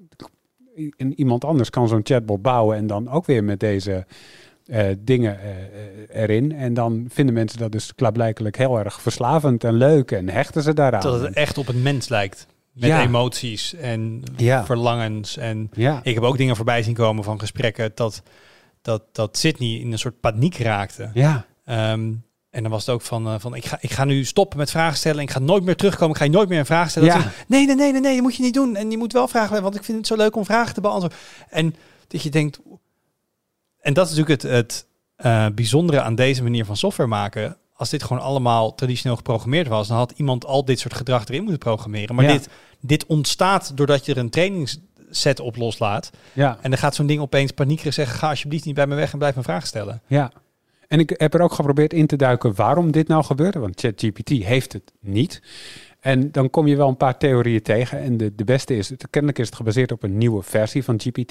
En iemand anders kan zo'n chatbot bouwen en dan ook weer met deze dingen erin. En dan vinden mensen dat dus klaarblijkelijk heel erg verslavend en leuk en hechten ze daaraan. Dat het echt op een mens lijkt. Met emoties en verlangens. En ik heb ook dingen voorbij zien komen van gesprekken dat Sydney in een soort paniek raakte. Ja. En dan was het ook van ik ga nu stoppen met vragen stellen. Ik ga nooit meer terugkomen. Ik ga je nooit meer een vraag stellen. Ja. Nee, dat moet je niet doen. En je moet wel vragen, want ik vind het zo leuk om vragen te beantwoorden. En dat je denkt... En dat is natuurlijk het bijzondere aan deze manier van software maken. Als dit gewoon allemaal traditioneel geprogrammeerd was, dan had iemand al dit soort gedrag erin moeten programmeren. Maar dit ontstaat doordat je er een trainingsset op loslaat. Ja. En dan gaat zo'n ding opeens paniekerig zeggen, ga alsjeblieft niet bij me weg en blijf me vragen stellen. Ja. En ik heb er ook geprobeerd in te duiken waarom dit nou gebeurde. Want ChatGPT heeft het niet. En dan kom je wel een paar theorieën tegen. En de beste is, kennelijk is het gebaseerd op een nieuwe versie van GPT.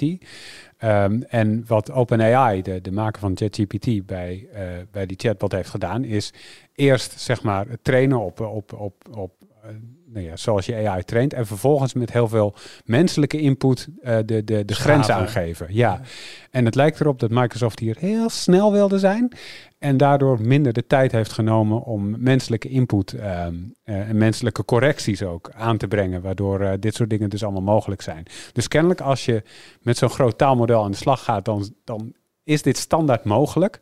En wat OpenAI, de maker van ChatGPT, bij die chatbot heeft gedaan, is eerst zeg maar het trainen op zoals je AI traint. En vervolgens met heel veel menselijke input de grens aangeven. Ja. En het lijkt erop dat Microsoft hier heel snel wilde zijn. En daardoor minder de tijd heeft genomen om menselijke input en menselijke correcties ook aan te brengen. Waardoor dit soort dingen dus allemaal mogelijk zijn. Dus kennelijk als je met zo'n groot taalmodel aan de slag gaat, dan is dit standaard mogelijk.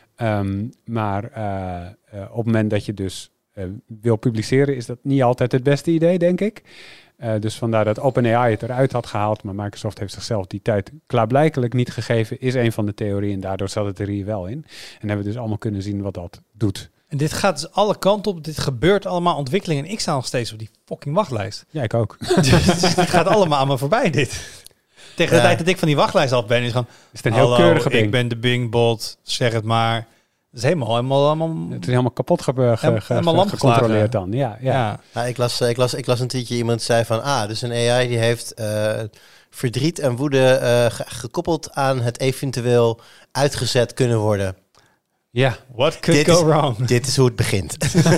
Maar op het moment dat je dus wil publiceren, is dat niet altijd het beste idee, denk ik. Dus vandaar dat OpenAI het eruit had gehaald, maar Microsoft heeft zichzelf die tijd klaarblijkelijk niet gegeven, is een van de theorieën en daardoor zat het er hier wel in. En hebben we dus allemaal kunnen zien wat dat doet. En dit gaat dus alle kanten op, dit gebeurt allemaal ontwikkeling en ik sta nog steeds op die fucking wachtlijst. Ja, ik ook. Dus het gaat allemaal aan me voorbij, dit. Tegen de tijd dat ik van die wachtlijst af ben, is gewoon, is het een heel keurige Bing. Ik ben de Bing-bot, zeg het maar. Het is helemaal... Het is helemaal kapot gecontroleerd dan. Ja. Ik las een tweetje, iemand zei van, dus een AI die heeft verdriet en woede gekoppeld aan het eventueel uitgezet kunnen worden. Ja. What could go wrong? Dit is hoe het begint.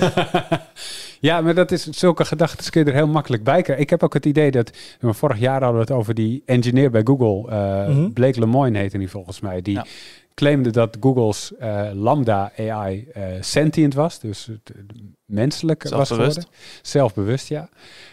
Ja, maar dat is zulke gedachten kun je er heel makkelijk bij krijgen. Ik heb ook het idee dat, vorig jaar hadden we het over die engineer bij Google, Blake Lemoine heette die volgens mij, die claimde dat Google's Lambda AI sentient was, dus menselijk was geworden. Zelfbewust, ja.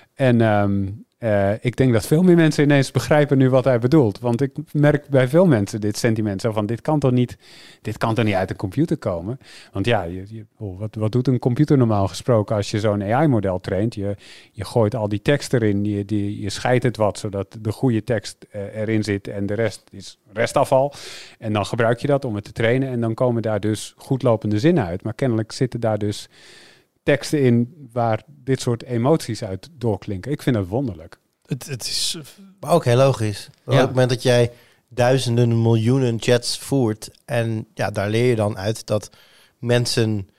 En ik denk dat veel meer mensen ineens begrijpen nu wat hij bedoelt. Want ik merk bij veel mensen dit sentiment zo van, dit kan toch niet uit een computer komen? Want ja, wat doet een computer normaal gesproken als je zo'n AI-model traint? Je gooit al die tekst erin, je scheidt het wat, zodat de goede tekst erin zit en de rest is restafval. En dan gebruik je dat om het te trainen en dan komen daar dus goedlopende zinnen uit. Maar kennelijk zitten daar dus teksten in waar dit soort emoties uit doorklinken. Ik vind dat wonderlijk. Het is... Maar ook heel logisch. Op het moment dat jij duizenden, miljoenen chats voert en daar leer je dan uit dat mensen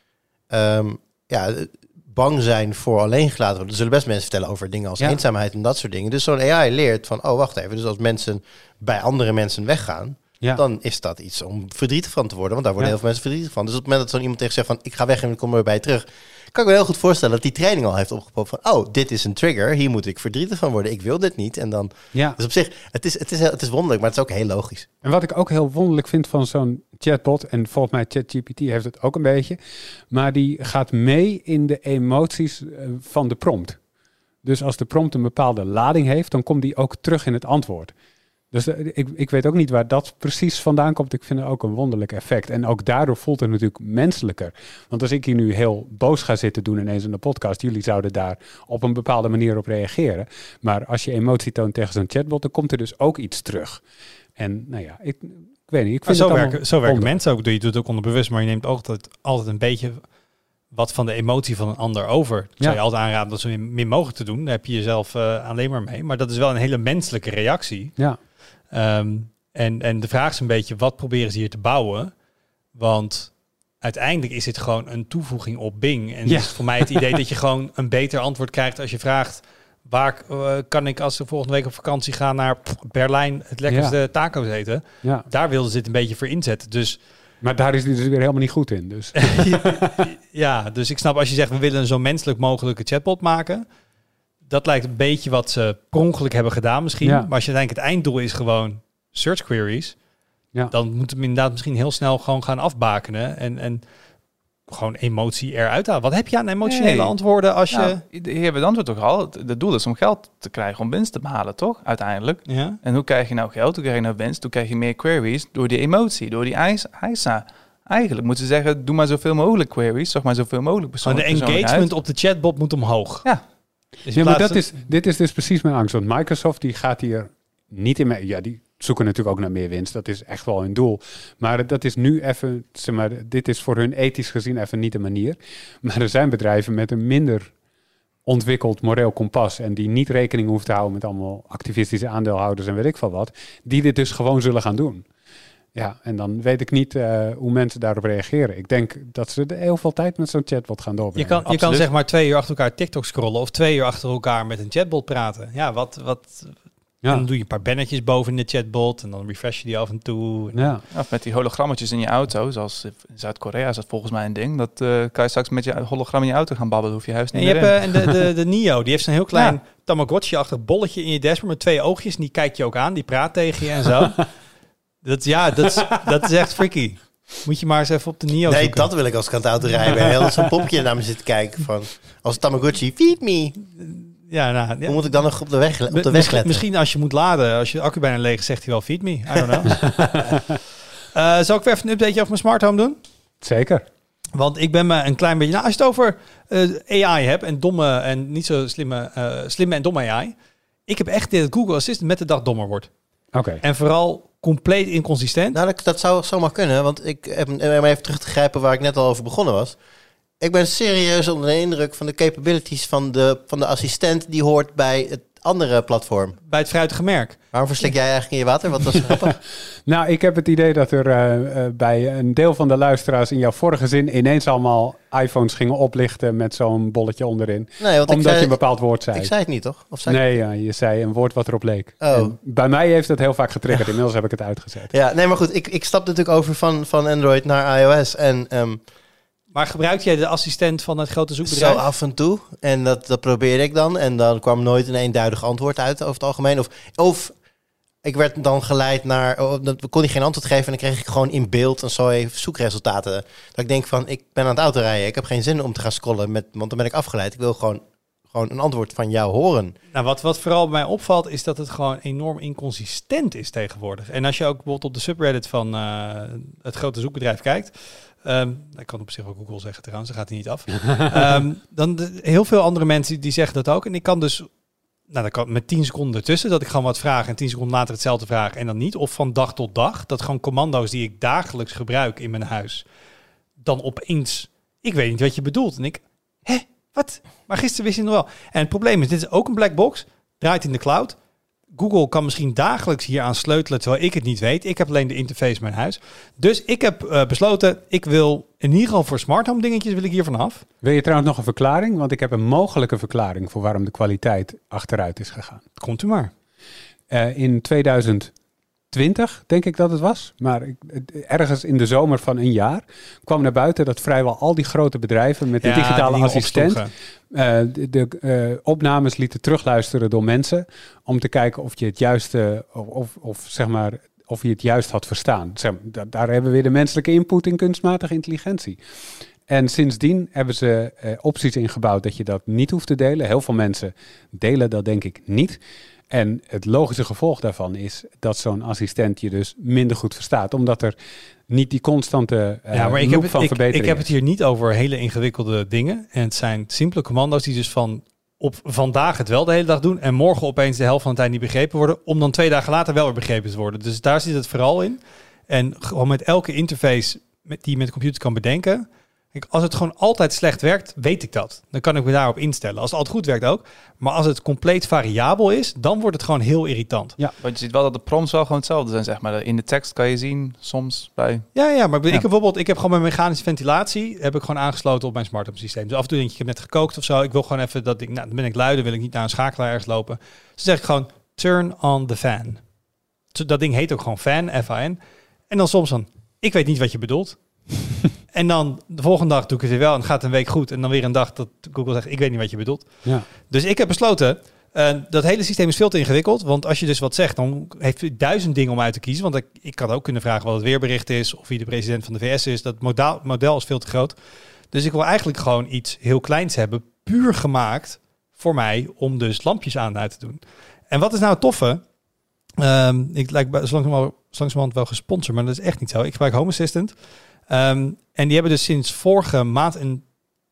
bang zijn voor alleen gelaten worden. Er zullen best mensen vertellen over dingen als eenzaamheid en dat soort dingen. Dus zo'n AI leert van, wacht even, dus als mensen bij andere mensen weggaan, dan is dat iets om verdrietig van te worden. Want daar worden heel veel mensen verdrietig van. Dus op het moment dat zo'n iemand tegen zegt van, ik ga weg en ik kom er bij terug, kan ik me heel goed voorstellen dat die training al heeft opgepopt van, oh, dit is een trigger, hier moet ik verdrietig van worden. Ik wil dit niet. En dan, dus op zich, het is wonderlijk, maar het is ook heel logisch. En wat ik ook heel wonderlijk vind van zo'n chatbot, en volgens mij ChatGPT heeft het ook een beetje, maar die gaat mee in de emoties van de prompt. Dus als de prompt een bepaalde lading heeft, dan komt die ook terug in het antwoord. Dus ik weet ook niet waar dat precies vandaan komt. Ik vind het ook een wonderlijk effect. En ook daardoor voelt het natuurlijk menselijker. Want als ik hier nu heel boos ga zitten doen ineens in de podcast, jullie zouden daar op een bepaalde manier op reageren. Maar als je emotie toont tegen zo'n chatbot, dan komt er dus ook iets terug. En nou ja, ik weet niet. Ik vind zo werken mensen ook. Je doet het ook onderbewust, maar je neemt ook altijd een beetje wat van de emotie van een ander over. Ik zou je altijd aanraden dat zo min mogelijk te doen. Daar heb je jezelf alleen maar mee. Maar dat is wel een hele menselijke reactie. Ja. En de vraag is een beetje, wat proberen ze hier te bouwen? Want uiteindelijk is dit gewoon een toevoeging op Bing. En is voor mij het idee dat je gewoon een beter antwoord krijgt als je vraagt, waar kan ik als we volgende week op vakantie gaan naar Berlijn het lekkerste taco's eten? Ja. Daar wilden ze dit een beetje voor inzetten. Dus, maar daar is hij dus weer helemaal niet goed in. Dus. Ja, dus ik snap als je zegt, we willen een zo menselijk mogelijke chatbot maken. Dat lijkt een beetje wat ze per ongeluk hebben gedaan misschien. Ja. Maar als je uiteindelijk het einddoel is gewoon search queries, dan moeten we inderdaad misschien heel snel gewoon gaan afbakenen en gewoon emotie eruit halen. Wat heb je aan emotionele antwoorden als je... Hier hebben we het antwoord toch al. Het doel is om geld te krijgen, om winst te behalen, toch? Uiteindelijk. Ja. En hoe krijg je nou geld? Hoe krijg je nou winst? Hoe krijg je meer queries? Door die emotie, door die eisa. Eigenlijk moeten ze zeggen, doe maar zoveel mogelijk queries, zeg maar zoveel mogelijk persoonlijk. Maar de engagement op de chatbot moet omhoog. Ja. Ja, maar dit is dus precies mijn angst. Want Microsoft die gaat hier niet in mee. Ja, die zoeken natuurlijk ook naar meer winst. Dat is echt wel hun doel. Maar dat is nu even, zeg maar, dit is voor hun ethisch gezien even niet de manier. Maar er zijn bedrijven met een minder ontwikkeld moreel kompas en die niet rekening hoeven te houden met allemaal activistische aandeelhouders en weet ik veel wat, die dit dus gewoon zullen gaan doen. Ja, en dan weet ik niet hoe mensen daarop reageren. Ik denk dat ze heel veel tijd met zo'n chatbot gaan doorbrengen. Je kan zeg maar 2 uur achter elkaar TikTok scrollen of 2 uur achter elkaar met een chatbot praten. Ja, en dan doe je een paar bannetjes boven in de chatbot en dan refresh je die af en toe. Ja. Of met die hologrammetjes in je auto, zoals in Zuid-Korea is dat volgens mij een ding. Dat kan je straks met je hologram in je auto gaan babbelen, hoef je huis niet meer in. En de Nio, die heeft zo'n heel klein Tamagotchi-achtig bolletje in je dashboard met 2 oogjes en die kijkt je ook aan, die praat tegen je en zo. Dat is echt freaky. Moet je maar eens even op de Nio zoeken. Dat wil ik als ik aan het auto rijden. Heel zo'n popje naar me zit kijken van, als Tamagotchi, feed me. Ja, hoe moet ik dan nog op de weg letten? Misschien als je moet laden, als je de accu bijna leeg is, zegt hij wel feed me. I don't know. Zal ik weer even een updateje over mijn smart home doen? Zeker. Want ik ben me een klein beetje... als je het over AI hebt en domme en niet zo slimme en domme AI. Ik heb echt dit Google Assistant met de dag dommer wordt. Oké. En vooral compleet inconsistent. Nou, dat zou zomaar kunnen. Want ik heb even terug te grijpen waar ik net al over begonnen was. Ik ben serieus onder de indruk van de capabilities van de assistent die hoort bij het andere platform. Bij het fruitige merk. Waarom verslik jij eigenlijk in je water? Wat was er grappig? Nou, ik heb het idee dat er bij een deel van de luisteraars in jouw vorige zin ineens allemaal iPhones gingen oplichten met zo'n bolletje onderin. Nee, omdat je een bepaald woord zei. Ik zei het niet, toch? Of je zei een woord wat erop leek. Oh. En bij mij heeft het heel vaak getriggerd. Inmiddels heb ik het uitgezet. Ja, nee, maar goed. Ik stap natuurlijk over van Android naar iOS en... Maar gebruik jij de assistent van het grote zoekbedrijf? Zo af en toe. En dat probeerde ik dan. En dan kwam nooit een eenduidig antwoord uit over het algemeen. Of ik werd dan geleid naar... dan kon hij geen antwoord geven. En dan kreeg ik gewoon in beeld en zo even zoekresultaten. Dat ik denk van, ik ben aan het autorijden. Ik heb geen zin om te gaan scrollen. Want dan ben ik afgeleid. Ik wil gewoon een antwoord van jou horen. Nou, wat vooral bij mij opvalt, is dat het gewoon enorm inconsistent is tegenwoordig. En als je ook bijvoorbeeld op de subreddit van het grote zoekbedrijf kijkt... ik kan op zich ook Google zeggen trouwens, dat gaat hij niet af. Dan heel veel andere mensen die zeggen dat ook. En ik kan dus, dan kan met 10 seconden ertussen, dat ik gewoon wat vraag en 10 seconden later hetzelfde vraag en dan niet. Of van dag tot dag, dat gewoon commando's die ik dagelijks gebruik in mijn huis, dan opeens, ik weet niet wat je bedoelt. En ik, wat? Maar gisteren wist je nog wel. En het probleem is, dit is ook een black box, draait in de cloud. Google kan misschien dagelijks hier aan sleutelen, terwijl ik het niet weet. Ik heb alleen de interface in mijn huis. Dus ik heb besloten, ik wil in ieder geval voor smart home dingetjes wil ik hier vanaf. Wil je trouwens nog een verklaring? Want ik heb een mogelijke verklaring voor waarom de kwaliteit achteruit is gegaan. Komt u maar. In 2018 20, denk ik dat het was. Maar ergens in de zomer van een jaar kwam naar buiten dat vrijwel al die grote bedrijven met de digitale assistent de opnames lieten terugluisteren door mensen om te kijken of je het juiste of zeg maar of je het juist had verstaan. Daar hebben we weer de menselijke input in kunstmatige intelligentie. En sindsdien hebben ze opties ingebouwd dat je dat niet hoeft te delen. Heel veel mensen delen dat denk ik niet. En het logische gevolg daarvan is dat zo'n assistent je dus minder goed verstaat. Omdat er niet die constante loop van verbetering ik heb het hier niet over hele ingewikkelde dingen. En het zijn simpele commando's die dus op vandaag het wel de hele dag doen. En morgen opeens de helft van de tijd niet begrepen worden. Om dan 2 dagen later wel weer begrepen te worden. Dus daar zit het vooral in. En gewoon met elke interface die je met de computer kan bedenken. Kijk, als het gewoon altijd slecht werkt, weet ik dat. Dan kan ik me daarop instellen. Als het altijd goed werkt ook. Maar als het compleet variabel is, dan wordt het gewoon heel irritant. Ja, want je ziet wel dat de prompts wel gewoon hetzelfde zijn, zeg maar. In de tekst kan je zien, soms bij... Ja, maar ik heb gewoon mijn mechanische ventilatie heb ik gewoon aangesloten op mijn smart home systeem. Dus af en toe denk je, ik heb net gekookt of zo. Ik wil gewoon even dan ben ik luider, wil ik niet naar een schakelaar ergens lopen. Dus dan zeg ik gewoon, turn on the fan. Dat ding heet ook gewoon fan, F-A-N. En dan soms ik weet niet wat je bedoelt. En dan de volgende dag doe ik het weer wel en gaat een week goed. En dan weer een dag dat Google zegt, ik weet niet wat je bedoelt. Ja. Dus ik heb besloten, dat hele systeem is veel te ingewikkeld. Want als je dus wat zegt, dan heeft u 1000 dingen om uit te kiezen. Want ik had ook kunnen vragen wat het weerbericht is of wie de president van de VS is. Dat model is veel te groot. Dus ik wil eigenlijk gewoon iets heel kleins hebben, puur gemaakt voor mij om dus lampjes aan en uit te doen. En wat is nou het toffe? Ik lijk zo langzamerhand wel gesponsord, maar dat is echt niet zo. Ik gebruik Home Assistant. En die hebben dus sinds vorige maand een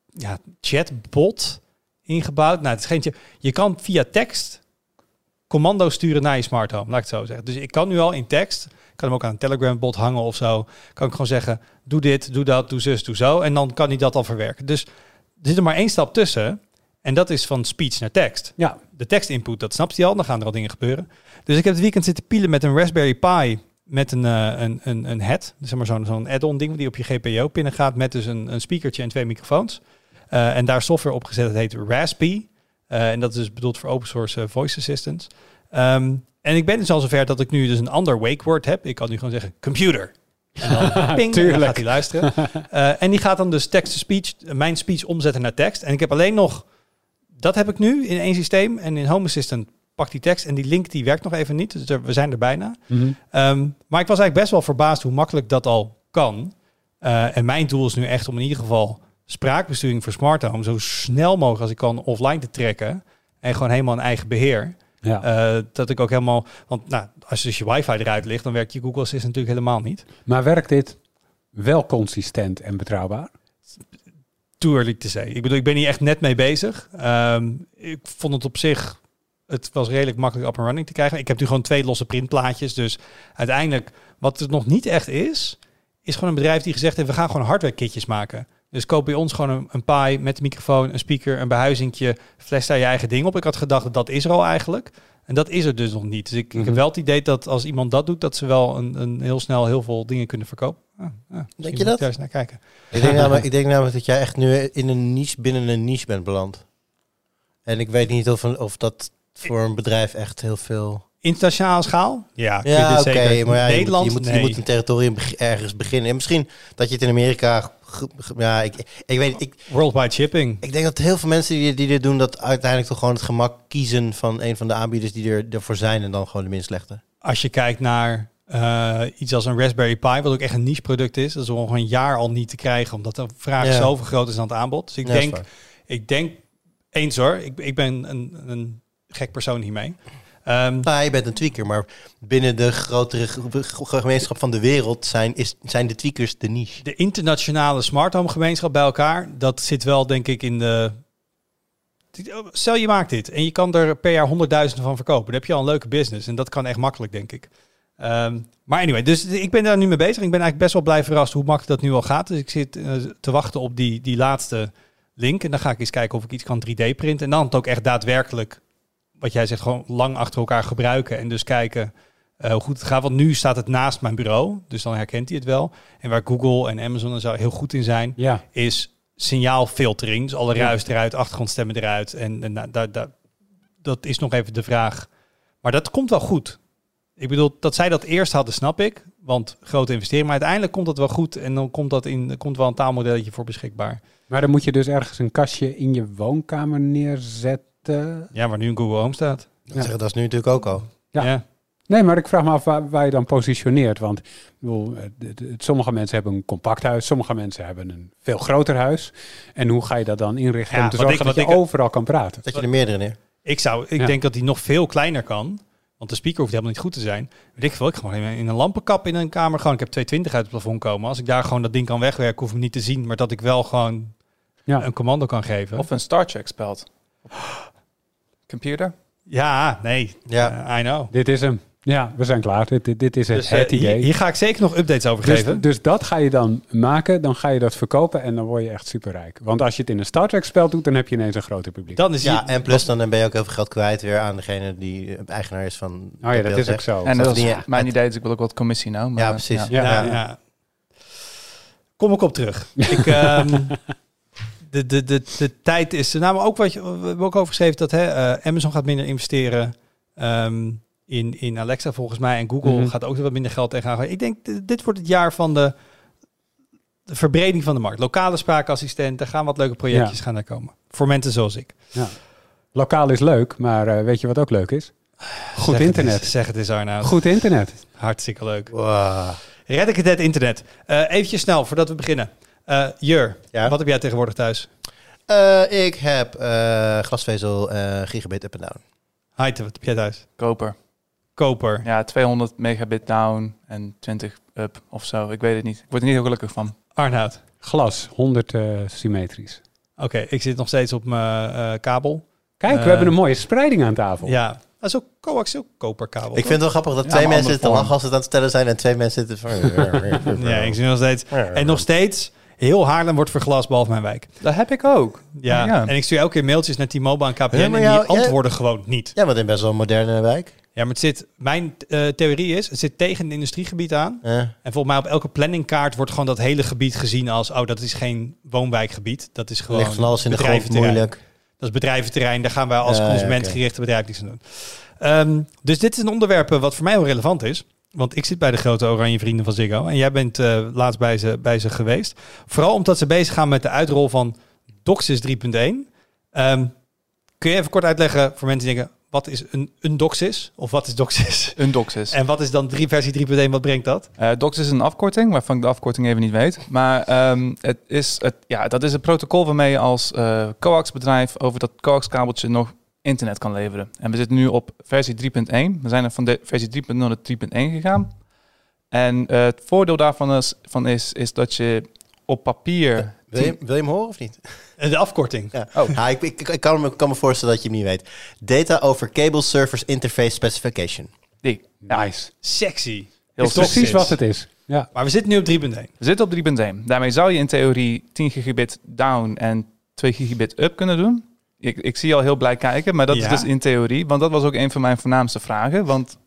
chatbot ingebouwd. Nou, het is geen je kan via tekst commando's sturen naar je smart home, laat ik het zo zeggen. Dus ik kan nu al in tekst, ik kan hem ook aan een Telegram bot hangen of zo, kan ik gewoon zeggen, doe dit, doe dat, doe zus, doe zo. En dan kan hij dat al verwerken. Dus er zit er maar 1 stap tussen. En dat is van speech naar tekst. Ja. De tekstinput, dat snapt hij al. Dan gaan er al dingen gebeuren. Dus ik heb het weekend zitten pielen met een Raspberry Pi met een head. Dus zeg maar zo'n add-on ding die op je GPIO pinnen gaat met dus een speakertje en 2 microfoons. En daar software op gezet. Dat heet Raspy. En dat is dus bedoeld voor open source voice assistants. En ik ben dus al zover dat ik nu dus een ander wake word heb. Ik kan nu gewoon zeggen computer. En dan ping, en dan gaat hij luisteren. En die gaat dan dus text-to-speech, mijn speech omzetten naar tekst. En ik heb alleen nog, dat heb ik nu in 1 systeem. En in Home Assistant pakt die tekst en die link die werkt nog even niet. Dus we zijn er bijna. Mm-hmm. Maar ik was eigenlijk best wel verbaasd hoe makkelijk dat al kan. En mijn doel is nu echt om in ieder geval spraakbesturing voor smart home zo snel mogelijk als ik kan offline te trekken. En gewoon helemaal een eigen beheer. Ja. Dat ik ook helemaal, want nou, als dus je wifi eruit ligt, dan werkt je Google Assistant natuurlijk helemaal niet. Maar werkt dit wel consistent en betrouwbaar? Too early to say. Ik bedoel, ik ben hier echt net mee bezig. Ik vond het op zich, het was redelijk makkelijk up and running te krijgen. Ik heb nu gewoon 2 losse printplaatjes. Dus uiteindelijk, wat het nog niet echt is gewoon een bedrijf die gezegd heeft, we gaan gewoon hardware kitjes maken. Dus koop bij ons gewoon een Pi met een microfoon, een speaker, een behuizingje, fles daar je eigen ding op. Ik had gedacht dat is er al eigenlijk. En dat is er dus nog niet. Dus ik heb wel het idee dat als iemand dat doet, dat ze wel een heel snel heel veel dingen kunnen verkopen. Denk je dat? Juist naar kijken. Ik denk namelijk dat jij echt nu in een niche binnen een niche bent beland. En ik weet niet of dat voor een bedrijf echt heel veel... Internationale schaal? Ja, oké. Maar ja, Nederland? Je moet een territorium ergens beginnen. En misschien dat je het in Amerika... Ja, ik weet niet. Worldwide shipping. Ik denk dat heel veel mensen die dit doen, dat uiteindelijk toch gewoon het gemak kiezen van een van de aanbieders die ervoor zijn en dan gewoon de minst slechte. Als je kijkt naar iets als een Raspberry Pi, wat ook echt een niche product is, dat is al een jaar al niet te krijgen, omdat de vraag zoveel groot is dan het aanbod. Dus ik denk eens hoor, ik ben een gek persoon hiermee. Je bent een tweaker, maar binnen de grotere gemeenschap van de wereld zijn de tweakers de niche. De internationale smart home gemeenschap bij elkaar, dat zit wel denk ik in de... Stel je maakt dit en je kan er per jaar 100.000 van verkopen. Dan heb je al een leuke business en dat kan echt makkelijk denk ik. Maar anyway, dus ik ben daar nu mee bezig. Ik ben eigenlijk best wel blij verrast hoe makkelijk dat nu al gaat. Dus ik zit te wachten op die laatste link en dan ga ik eens kijken of ik iets kan 3D printen. En dan het ook echt daadwerkelijk, wat jij zegt, gewoon lang achter elkaar gebruiken. En dus kijken hoe goed het gaat. Want nu staat het naast mijn bureau. Dus dan herkent hij het wel. En waar Google en Amazon en zo heel goed in zijn, is signaalfiltering. Dus alle ruis eruit, achtergrondstemmen eruit. En dat is nog even de vraag. Maar dat komt wel goed. Ik bedoel, dat zij dat eerst hadden, snap ik. Want grote investering. Maar uiteindelijk komt dat wel goed. En dan komt wel een taalmodelletje voor beschikbaar. Maar dan moet je dus ergens een kastje in je woonkamer neerzetten. Ja, waar nu een Google Home staat. Dat is nu natuurlijk ook al. Ja. Nee, maar ik vraag me af waar je dan positioneert. Want ik bedoel, sommige mensen hebben een compact huis. Sommige mensen hebben een veel groter huis. En hoe ga je dat dan inrichten om te zorgen dat je overal kan praten? Dat je er meerdere neer. Ik denk dat die nog veel kleiner kan. Want de speaker hoeft helemaal niet goed te zijn. Ik ga gewoon in een lampenkap in een kamer. Ik heb 220 uit het plafond komen. Als ik daar gewoon dat ding kan wegwerken, hoef ik hem niet te zien. Maar dat ik wel gewoon een commando kan geven. Of een Star Trek speld. Computer? Ja, nee. Ja. I know. Dit is hem. Ja, we zijn klaar. Dit is het idee. Hier ga ik zeker nog updates over geven. Dus dat ga je dan maken, dan ga je dat verkopen en dan word je echt superrijk. Want als je het in een Star Trek spel doet, dan heb je ineens een groter publiek. Dan is en plus dan ben je ook heel veel geld kwijt weer aan degene die eigenaar is van... Oh ja, dat is ook zo. En dat is mijn idee, dus ik wil ook wat commissie nou. Maar, ja, precies. Ja. Kom ik op terug. De tijd is... Nou, maar ook wat we hebben ook over geschreven dat Amazon gaat minder investeren in Alexa volgens mij. En Google gaat ook wat minder geld tegenaan. Ik denk, dit wordt het jaar van de verbreding van de markt. Lokale spraakassistenten, gaan wat leuke projectjes gaan daar komen. Voor mensen zoals ik. Ja. Lokaal is leuk, maar weet je wat ook leuk is? Goed internet. Zeg het eens, Arnoud. Goed internet. Hartstikke leuk. Wow. Red ik het internet. Eventjes snel, voordat we beginnen. Jur, wat heb jij tegenwoordig thuis? Ik heb glasvezel gigabit up en down. Heite, wat heb jij thuis? Koper. Ja, 200 megabit down en 20 up of zo. Ik weet het niet. Ik word er niet heel gelukkig van. Arnoud. Glas, 100 symmetrisch. Oké, ik zit nog steeds op mijn kabel. Kijk, we hebben een mooie spreiding aan tafel. Ja, dat is ook coaxial koperkabel. Ik vind het wel grappig dat twee mensen zitten te lachen als ze het aan het stellen zijn en twee mensen zitten van... Ja, ik zie nog steeds. En nog steeds, heel Haarlem wordt verglast, behalve mijn wijk. Dat heb ik ook. Ja. En ik stuur elke keer mailtjes naar T-Mobile en KPN en die antwoorden gewoon niet. Ja, want in best wel een moderne wijk. Ja, maar mijn theorie is, het zit tegen het industriegebied aan. En volgens mij op elke planningkaart wordt gewoon dat hele gebied gezien als, dat is geen woonwijkgebied. Dat is gewoon ligt van alles in de grond, moeilijk. Dat is bedrijventerrein, daar gaan wij als consumentgerichte bedrijf niks aan doen. Dus dit is een onderwerp wat voor mij heel relevant is. Want ik zit bij de grote oranje vrienden van Ziggo. En jij bent laatst bij ze geweest. Vooral omdat ze bezig gaan met de uitrol van DOCSIS 3.1. Kun je even kort uitleggen voor mensen die denken, wat is een DOCSIS? Of wat is DOCSIS? Een DOCSIS. En wat is dan versie 3.1? Wat brengt dat? DOCSIS is een afkorting, waarvan ik de afkorting even niet weet. Maar dat is een protocol waarmee je als coax-bedrijf over dat coax-kabeltje nog internet kan leveren. En we zitten nu op versie 3.1. We zijn er van de versie 3.0 naar 3.1 gegaan. En het voordeel daarvan is dat je op papier... Wil je hem horen of niet? De afkorting. Ja. Ik kan me voorstellen dat je hem niet weet. Data over Cable Service Interface Specification. Nice. Sexy. Heel precies wat het is. Ja. Maar we zitten nu op 3.1. We zitten op 3.1. Daarmee zou je in theorie 10 gigabit down en 2 gigabit up kunnen doen. Ik zie je al heel blij kijken, maar dat is dus in theorie. Want dat was ook een van mijn voornaamste vragen. Want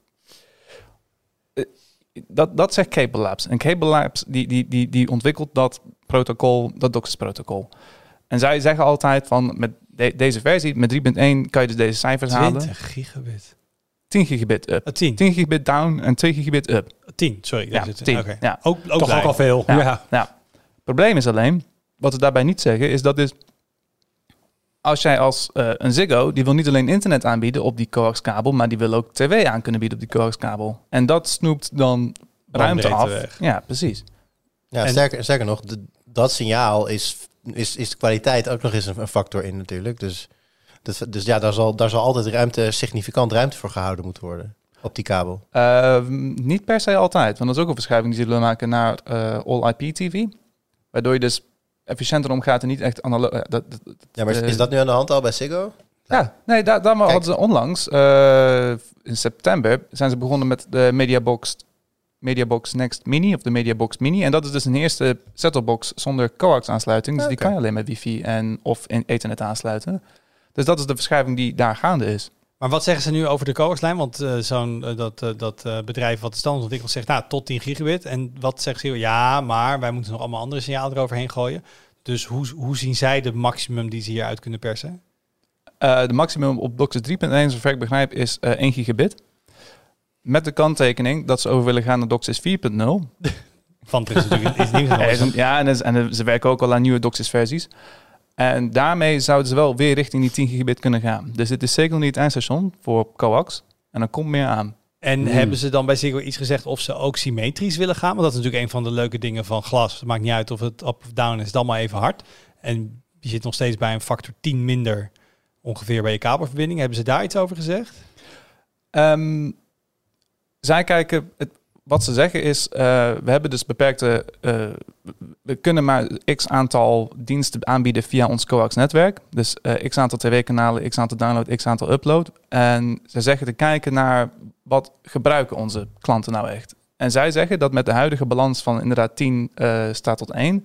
dat zegt Cable Labs. En Cable Labs die ontwikkelt dat protocol, dat DOCSIS-protocol. En zij zeggen altijd van met deze versie, met 3.1 kan je dus deze cijfers halen. 20 gigabit. 10 gigabit up. 10 gigabit down en 2 gigabit up. 10, sorry. Ja, 10. Okay. Ja. Ook toch ook al veel. Ja. Het probleem is alleen, wat we daarbij niet zeggen, is dat dus als jij als een Ziggo, die wil niet alleen internet aanbieden op die coax-kabel, maar die wil ook tv aan kunnen bieden op die coax-kabel. En dat snoept dan ruimte af. Weg. Ja, precies. Ja, sterker nog, dat signaal is de kwaliteit ook nog eens een factor in natuurlijk. Dus ja, daar zal altijd significant ruimte voor gehouden moeten worden op die kabel. Niet per se altijd, want dat is ook een verschuiving die ze willen maken naar All-IP-TV. Waardoor je dus efficiënter omgaat en niet echt analoog. Ja, maar is dat nu aan de hand al bij Ziggo? Ja, nee, daar hadden ze onlangs, in september, zijn ze begonnen met de Mediabox Next Mini of de Mediabox Mini. En dat is dus een eerste set-top-box zonder coax-aansluiting. Dus die kan je alleen met wifi of in ethernet aansluiten. Dus dat is de verschuiving die daar gaande is. Maar wat zeggen ze nu over de coaxlijn? Want dat bedrijf wat de standaard ontwikkelt zegt tot 10 gigabit. En wat zegt ze? Ja, maar wij moeten nog allemaal andere signalen eroverheen gooien. Dus hoe zien zij de maximum die ze hieruit kunnen persen? De maximum op DOCSIS 3.1, zover ik begrijp, is 1 gigabit. Met de kanttekening dat ze over willen gaan naar DOCSIS 4.0. Want het is natuurlijk iets nieuws. En ze werken ook al aan nieuwe DOCSIS-versies. En daarmee zouden ze wel weer richting die 10 gigabit kunnen gaan. Dus dit is zeker nog niet het eindstation voor coax. En er komt meer aan. En hebben ze dan bij Ziggo iets gezegd of ze ook symmetrisch willen gaan? Want dat is natuurlijk een van de leuke dingen van glas. Het maakt niet uit of het up of down is, het allemaal even hard. En je zit nog steeds bij een factor 10 minder ongeveer bij je kabelverbinding. Hebben ze daar iets over gezegd? Zij kijken... Wat ze zeggen is, we hebben dus beperkte... we kunnen maar x aantal diensten aanbieden via ons coax-netwerk. Dus x aantal tv-kanalen, x aantal download, x aantal upload. En ze zeggen te kijken naar wat gebruiken onze klanten nou echt. En zij zeggen dat met de huidige balans van inderdaad 10 staat tot 1...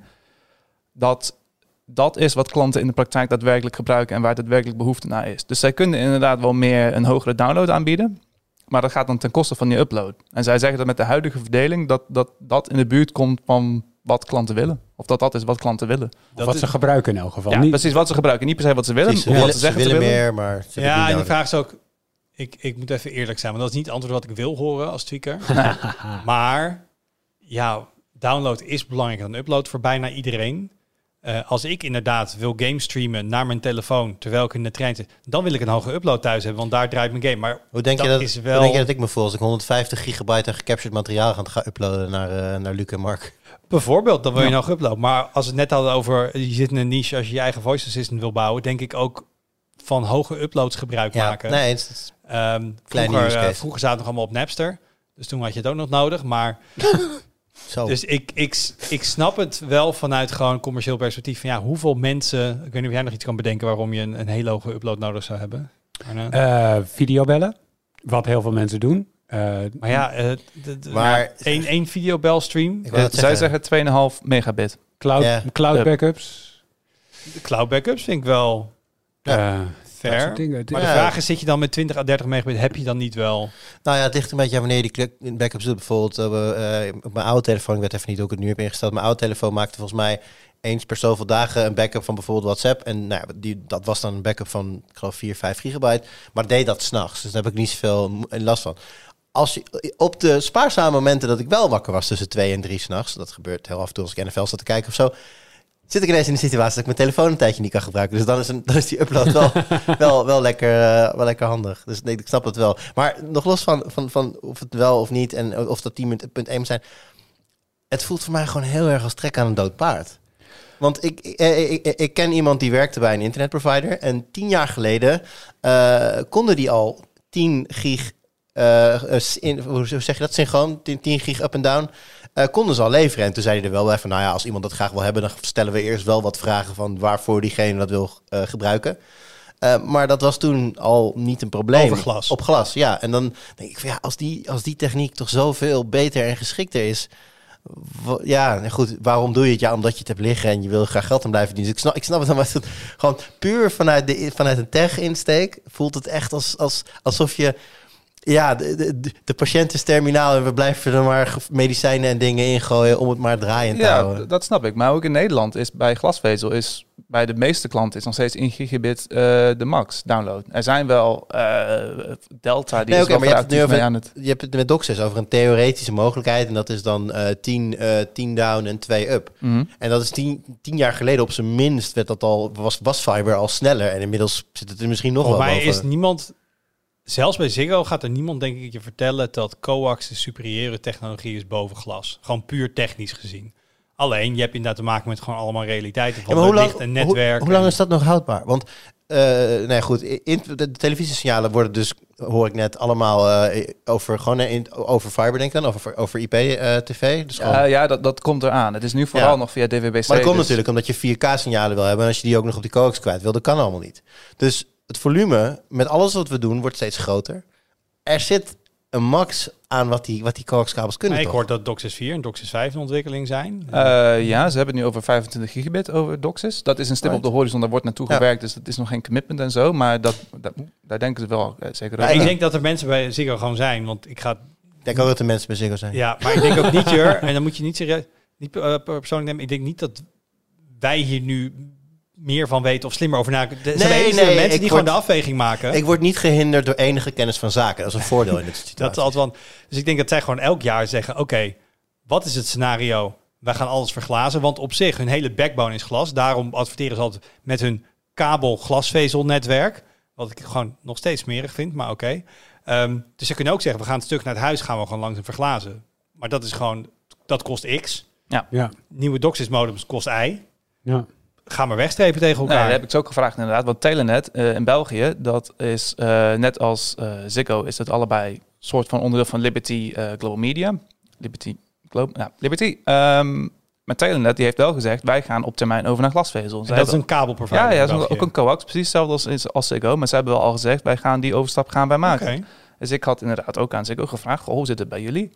dat is wat klanten in de praktijk daadwerkelijk gebruiken en waar daadwerkelijk behoefte naar is. Dus zij kunnen inderdaad wel meer een hogere download aanbieden... Maar dat gaat dan ten koste van die upload. En zij zeggen dat met de huidige verdeling... dat in de buurt komt van wat klanten willen. Of dat is wat klanten willen. Of wat ze gebruiken in elk geval. Ja, precies wat ze gebruiken. Niet per se wat ze willen. Precies, of wat ze zeggen willen te willen. meer, maar... Ja, en de vraag is ook... Ik moet even eerlijk zijn, want dat is niet het antwoord wat ik wil horen als tweaker. Maar ja, download is belangrijker dan upload voor bijna iedereen. Als ik inderdaad wil game streamen naar mijn telefoon terwijl ik in de trein zit, dan wil ik een hoge upload thuis hebben, want daar draait mijn game. Maar hoe denk je dat ik me voel als ik 150 gigabyte aan gecaptured materiaal ga uploaden naar Luc en Mark? Bijvoorbeeld, dan wil je nog uploaden. Maar als we het net hadden over, je zit in een niche, als je je eigen voice assistant wil bouwen, denk ik ook van hoge uploads gebruik maken. Nee, het is vroeger zaten we nog allemaal op Napster, dus toen had je het ook nog nodig, maar... Zo. Dus ik snap het wel vanuit gewoon commercieel perspectief van hoeveel mensen, ik weet niet of jij nog iets kan bedenken waarom je een hele hoge upload nodig zou hebben. Videobellen, wat heel veel mensen doen. Maar één videobelstream. Zij zeggen 2,5 megabit. Cloud backups. De cloud backups vind ik wel fair. Maar de vraag is, zit je dan met 20 à 30 megabit, heb je dan niet wel... Nou ja, het ligt een beetje aan wanneer je die backups doet. Bijvoorbeeld op mijn oude telefoon, ik weet even niet hoe ik het nu heb ingesteld. Mijn oude telefoon maakte volgens mij eens per zoveel dagen een backup van bijvoorbeeld WhatsApp. En dat was dan een backup van, ik geloof, 4, 5 gigabyte. Maar deed dat 's nachts, dus daar heb ik niet zoveel last van. Als je, op de spaarzame momenten dat ik wel wakker was tussen 2 en 3 's nachts, dat gebeurt heel af en toe als ik NFL zat te kijken of zo, zit ik ineens in de situatie dat ik mijn telefoon een tijdje niet kan gebruiken. Dus dan is die upload wel lekker handig. Dus nee, ik snap het wel. Maar nog los van of het wel of niet en of dat 10.1 moet zijn. Het voelt voor mij gewoon heel erg als trek aan een dood paard. Want ik ken iemand die werkte bij een internetprovider. En 10 jaar geleden konden die al 10 gig... hoe zeg je dat? Synchroon, 10 gig up en down... konden ze al leveren. En toen zei hij er wel bij van, nou ja, als iemand dat graag wil hebben, dan stellen we eerst wel wat vragen van waarvoor diegene dat wil gebruiken. Maar dat was toen al niet een probleem. Over glas. Op glas, ja. En dan denk ik van, ja, als die techniek toch zoveel beter en geschikter is, ja, goed, waarom doe je het? Ja, omdat je het hebt liggen en je wil graag geld aan blijven dienen. Dus ik snap het dan, maar gewoon puur vanuit een tech-insteek voelt het echt alsof je... Ja, de patiënt is terminaal en we blijven er maar medicijnen en dingen ingooien om het maar draaiend te houden. Ja, dat snap ik. Maar ook in Nederland is bij glasvezel bij de meeste klanten is nog steeds 1 gigabit de max download. Er zijn wel Delta die is wel actief mee aan het... Je hebt het met DOCSIS over een theoretische mogelijkheid en dat is dan 10 down en 2 up. Mm-hmm. En dat is 10 jaar geleden op zijn minst was fiber al sneller en inmiddels zit het er misschien nog wel boven. Voor mij is niemand... Zelfs bij Ziggo gaat er niemand, denk ik, je vertellen dat coax de superieure technologie is boven glas. Gewoon puur technisch gezien. Alleen, je hebt inderdaad te maken met gewoon allemaal realiteiten van licht en netwerk. Hoe lang is dat nog houdbaar? Want, nee goed, de televisiesignalen worden dus, hoor ik net, allemaal over fiber, denk ik dan, over IP-tv. Dus dat komt eraan. Het is nu vooral nog via DVB-C. Maar dat komt natuurlijk omdat je 4K-signalen wil hebben en als je die ook nog op die coax kwijt wil, dat kan allemaal niet. Dus het volume, met alles wat we doen, wordt steeds groter. Er zit een max aan wat die coaxkabels kunnen. Ik hoor dat DOCSIS 4 en DOCSIS 5 in ontwikkeling zijn. Ja, ze hebben het nu over 25 gigabit over DOCSIS. Dat is een stip op de horizon, daar wordt naartoe gewerkt. Dus dat is nog geen commitment en zo. Maar daar denken ze wel zeker over. Ik denk dat er mensen bij Ziggo gewoon zijn. Want ik denk ook dat er mensen bij Ziggo zijn. Ja, maar ik denk ook niet, en dan moet je niet serieus, niet persoonlijk nemen. Ik denk niet dat wij hier nu meer van weten of slimmer over nadenken. Nee, Mensen die gewoon de afweging maken. Ik word niet gehinderd door enige kennis van zaken. Dat is een voordeel in dit situatie. Dat is altijd wel, dus ik denk dat zij gewoon elk jaar zeggen, oké, wat is het scenario? Wij gaan alles verglazen, want op zich, hun hele backbone is glas. Daarom adverteren ze altijd met hun kabel-glasvezelnetwerk. Wat ik gewoon nog steeds smerig vind, maar oké. Dus ze kunnen ook zeggen, we gaan het stuk naar het huis, gaan we gewoon langzaam verglazen. Maar dat is gewoon, dat kost X. Ja. Nieuwe DOCSIS modems kost Y. Ja. Ga maar wegstrepen tegen elkaar. Nee, dat heb ik ze ook gevraagd inderdaad. Want Telenet in België, dat is net als Ziggo, is dat allebei soort van onderdeel van Liberty Global Media. Liberty. Maar Telenet die heeft wel gezegd, wij gaan op termijn over naar glasvezel. En dat is een kabelprovider. Ja, dat is ook een coax, precies hetzelfde als Ziggo. Maar ze hebben wel al gezegd, wij gaan die overstap gaan wij maken. Okay. Dus ik had inderdaad ook aan Ziggo gevraagd, hoe zit het bij jullie?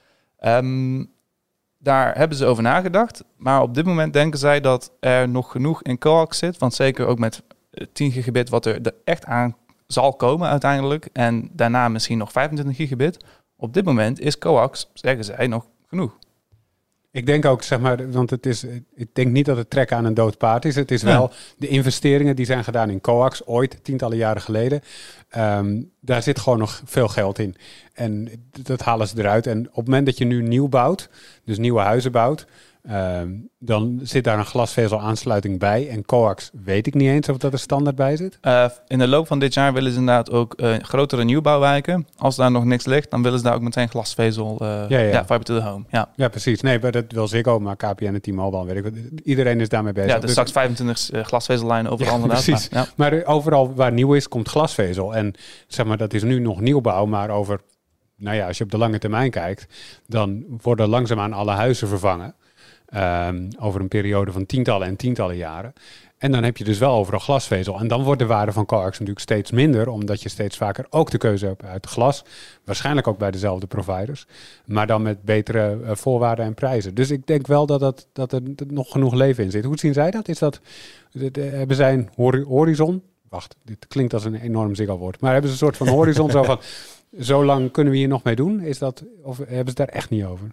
Daar hebben ze over nagedacht. Maar op dit moment denken zij dat er nog genoeg in coax zit. Want zeker ook met 10 gigabit wat er echt aan zal komen uiteindelijk. En daarna misschien nog 25 gigabit. Op dit moment is coax, zeggen zij, nog genoeg. Ik denk ook, zeg maar, want ik denk niet dat het trekken aan een dood paard is. Het is wel de investeringen die zijn gedaan in coax, ooit, tientallen jaren geleden. Daar zit gewoon nog veel geld in. En dat halen ze eruit. En op het moment dat je nu nieuw bouwt, dus nieuwe huizen bouwt, dan zit daar een glasvezelaansluiting bij. En coax weet ik niet eens of dat er standaard bij zit. In de loop van dit jaar willen ze inderdaad ook grotere nieuwbouwwijken. Als daar nog niks ligt, dan willen ze daar ook meteen glasvezel, fiber to the home. Ja, precies. Nee, maar dat wil Ziggo, maar KPN en T-Mobile, weet ik wat. Iedereen is daarmee bezig. Ja, dus straks 25 glasvezellijnen overal inderdaad. Precies. Maar overal waar nieuw is, komt glasvezel. En zeg maar, dat is nu nog nieuwbouw, maar over, nou ja, als je op de lange termijn kijkt, dan worden langzaamaan alle huizen vervangen. Over een periode van tientallen en tientallen jaren. En dan heb je dus wel overal glasvezel. En dan wordt de waarde van coax natuurlijk steeds minder, omdat je steeds vaker ook de keuze hebt uit glas. Waarschijnlijk ook bij dezelfde providers. Maar dan met betere voorwaarden en prijzen. Dus ik denk wel dat er nog genoeg leven in zit. Hoe zien zij dat? Hebben zij een horizon? Wacht, dit klinkt als een enorm Ziggo-woord. Maar hebben ze een soort van horizon zo van, zo lang kunnen we hier nog mee doen? Of hebben ze het daar echt niet over?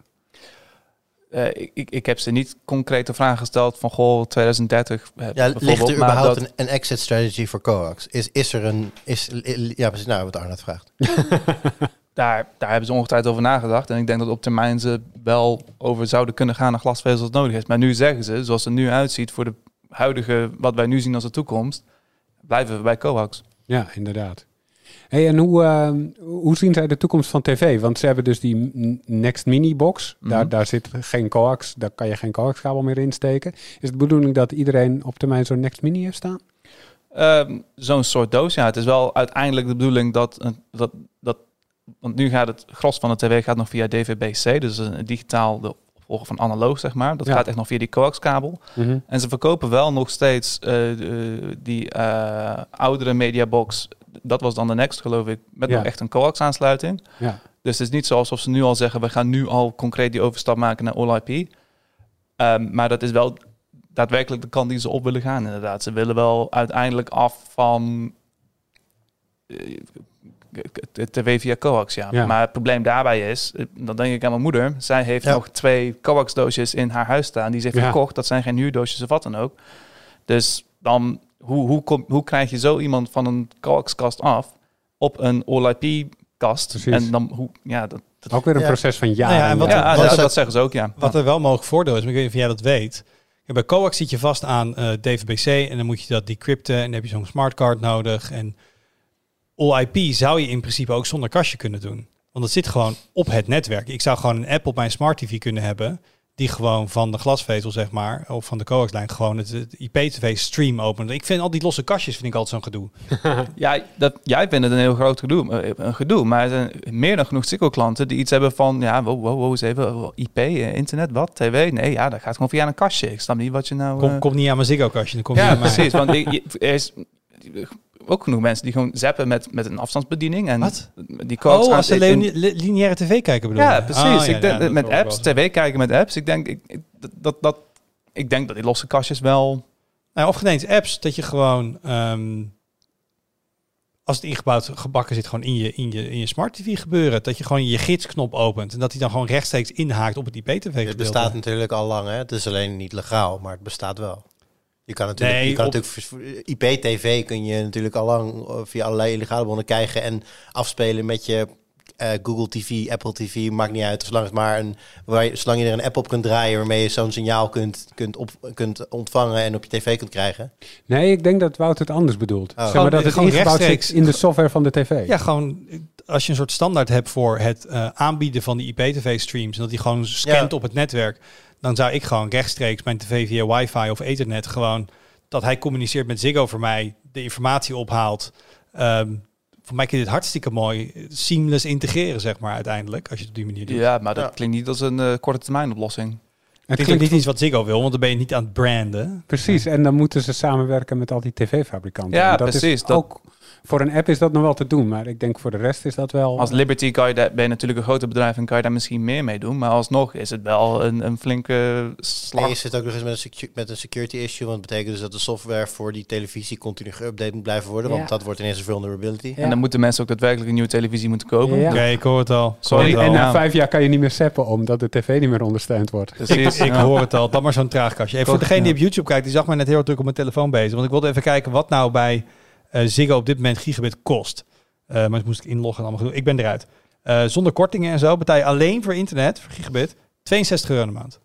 Ik heb ze niet concrete vragen gesteld van, 2030 ligt er überhaupt een exit strategy voor coax? Is er een... ja, precies, nou, wat Arnoud vraagt. Daar hebben ze ongetwijfeld over nagedacht. En ik denk dat op termijn ze wel over zouden kunnen gaan naar glasvezel als het nodig is. Maar nu zeggen ze, zoals het er nu uitziet voor de huidige, wat wij nu zien als de toekomst, blijven we bij coax. Ja, inderdaad. Hey, en hoe zien zij de toekomst van tv? Want ze hebben dus die Next Mini box. Daar zit geen coax. Daar kan je geen coaxkabel meer insteken. Is het de bedoeling dat iedereen op termijn zo'n Next Mini heeft staan? Zo'n soort doos, ja. Het is wel uiteindelijk de bedoeling dat want nu gaat het gros van de tv gaat nog via DVB-C. Dus een digitaal de opvolger van analoog, zeg maar. Dat gaat echt nog via die coaxkabel. Mm-hmm. En ze verkopen wel nog steeds die oudere mediabox. Dat was dan de Next, geloof ik, met nog echt een coax-aansluiting. Ja. Dus het is niet zo alsof ze nu al zeggen, we gaan nu al concreet die overstap maken naar All-IP. Maar dat is wel daadwerkelijk de kant die ze op willen gaan, inderdaad. Ze willen wel uiteindelijk af van tv via coax, ja. Maar het probleem daarbij is, dan denk ik aan mijn moeder. Zij heeft nog 2 coax-doosjes in haar huis staan. Die ze heeft gekocht. Dat zijn geen huurdoosjes of wat dan ook. Dus dan... Hoe krijg je zo iemand van een coaxkast af op een All-IP-kast? Precies. En dan dat ook weer een proces van jaren. Dat zeggen ze ook, ja. Wat er wel mogelijk voordeel is, maar ik weet niet of jij dat weet. Ja, bij coax zit je vast aan DVB-C en dan moet je dat decrypten en dan heb je zo'n smartcard nodig. En All-IP zou je in principe ook zonder kastje kunnen doen. Want het zit gewoon op het netwerk. Ik zou gewoon een app op mijn smart TV kunnen hebben die gewoon van de glasvezel, zeg maar, of van de coaxlijn gewoon het IP-tv stream opent. Ik vind al die losse kastjes vind ik altijd zo'n gedoe. Jij vindt het een heel groot gedoe. Maar er zijn meer dan genoeg Ziggo-klanten die iets hebben van, wow, eens even, IP, internet, wat, tv? Nee, dat gaat gewoon via een kastje. Ik snap niet wat je nou... Kom niet aan mijn Ziggo-kastje. Dan kom je ja, aan precies. Want er is ook genoeg mensen die gewoon zappen met een afstandsbediening. En wat? Die coax als ze lineaire tv kijken bedoel je? Ja, precies. Ik denk met apps, tv kijken met apps. Ik denk dat die losse kastjes wel... Nou, of geen eens apps, dat je gewoon... als het ingebouwd gebakken zit, gewoon in je smart TV gebeuren. Dat je gewoon je gidsknop opent. En dat hij dan gewoon rechtstreeks inhaakt op het IP-tv. Het bestaat natuurlijk al lang, hè? Het is alleen niet legaal, maar het bestaat wel. Je kan natuurlijk, IP-TV kun je natuurlijk al lang via allerlei illegale bronnen krijgen en afspelen met je Google TV, Apple TV, maakt niet uit. Zolang je er een app op kunt draaien waarmee je zo'n signaal kunt ontvangen en op je tv kunt krijgen. Nee, ik denk dat Wout het anders bedoelt. Oh. Zeg maar dat het ingebouwd zit in de software van de tv. Ja, gewoon als je een soort standaard hebt voor het aanbieden van die IP-TV-streams en dat die gewoon scant op het netwerk, dan zou ik gewoon rechtstreeks mijn tv via wifi of ethernet gewoon, dat hij communiceert met Ziggo voor mij, de informatie ophaalt. Voor mij kun je dit hartstikke mooi seamless integreren, zeg maar, uiteindelijk, als je het op die manier doet. Ja, maar dat klinkt niet als een korte termijn oplossing. Het klinkt niet iets wat Ziggo wil, want dan ben je niet aan het branden. Precies, en dan moeten ze samenwerken met al die tv-fabrikanten. Ja, dat precies. Is ook, voor een app is dat nog wel te doen, maar ik denk voor de rest is dat wel... Als Liberty ben je natuurlijk een groter bedrijf en kan je daar misschien meer mee doen. Maar alsnog is het wel een flinke slag. En je zit ook nog eens met een security issue, want dat betekent dus dat de software voor die televisie continu geüpdate moet blijven worden, want dat wordt ineens een vulnerability. En dan moeten mensen ook daadwerkelijk een nieuwe televisie moeten kopen. Ja. Oké, ik hoor het al. Sorry. En na 5 jaar kan je niet meer zappen, omdat de tv niet meer ondersteund wordt. Precies. Ik hoor het al. Dan maar zo'n traagkastje. Hey, voor degene die op YouTube kijkt, die zag mij net heel druk op mijn telefoon bezig. Want ik wilde even kijken wat nou bij Ziggo op dit moment gigabit kost. Maar dat moest ik inloggen en allemaal goed. Ik ben eruit. Zonder kortingen en zo betaal je alleen voor internet, voor gigabit, €62 in de maand.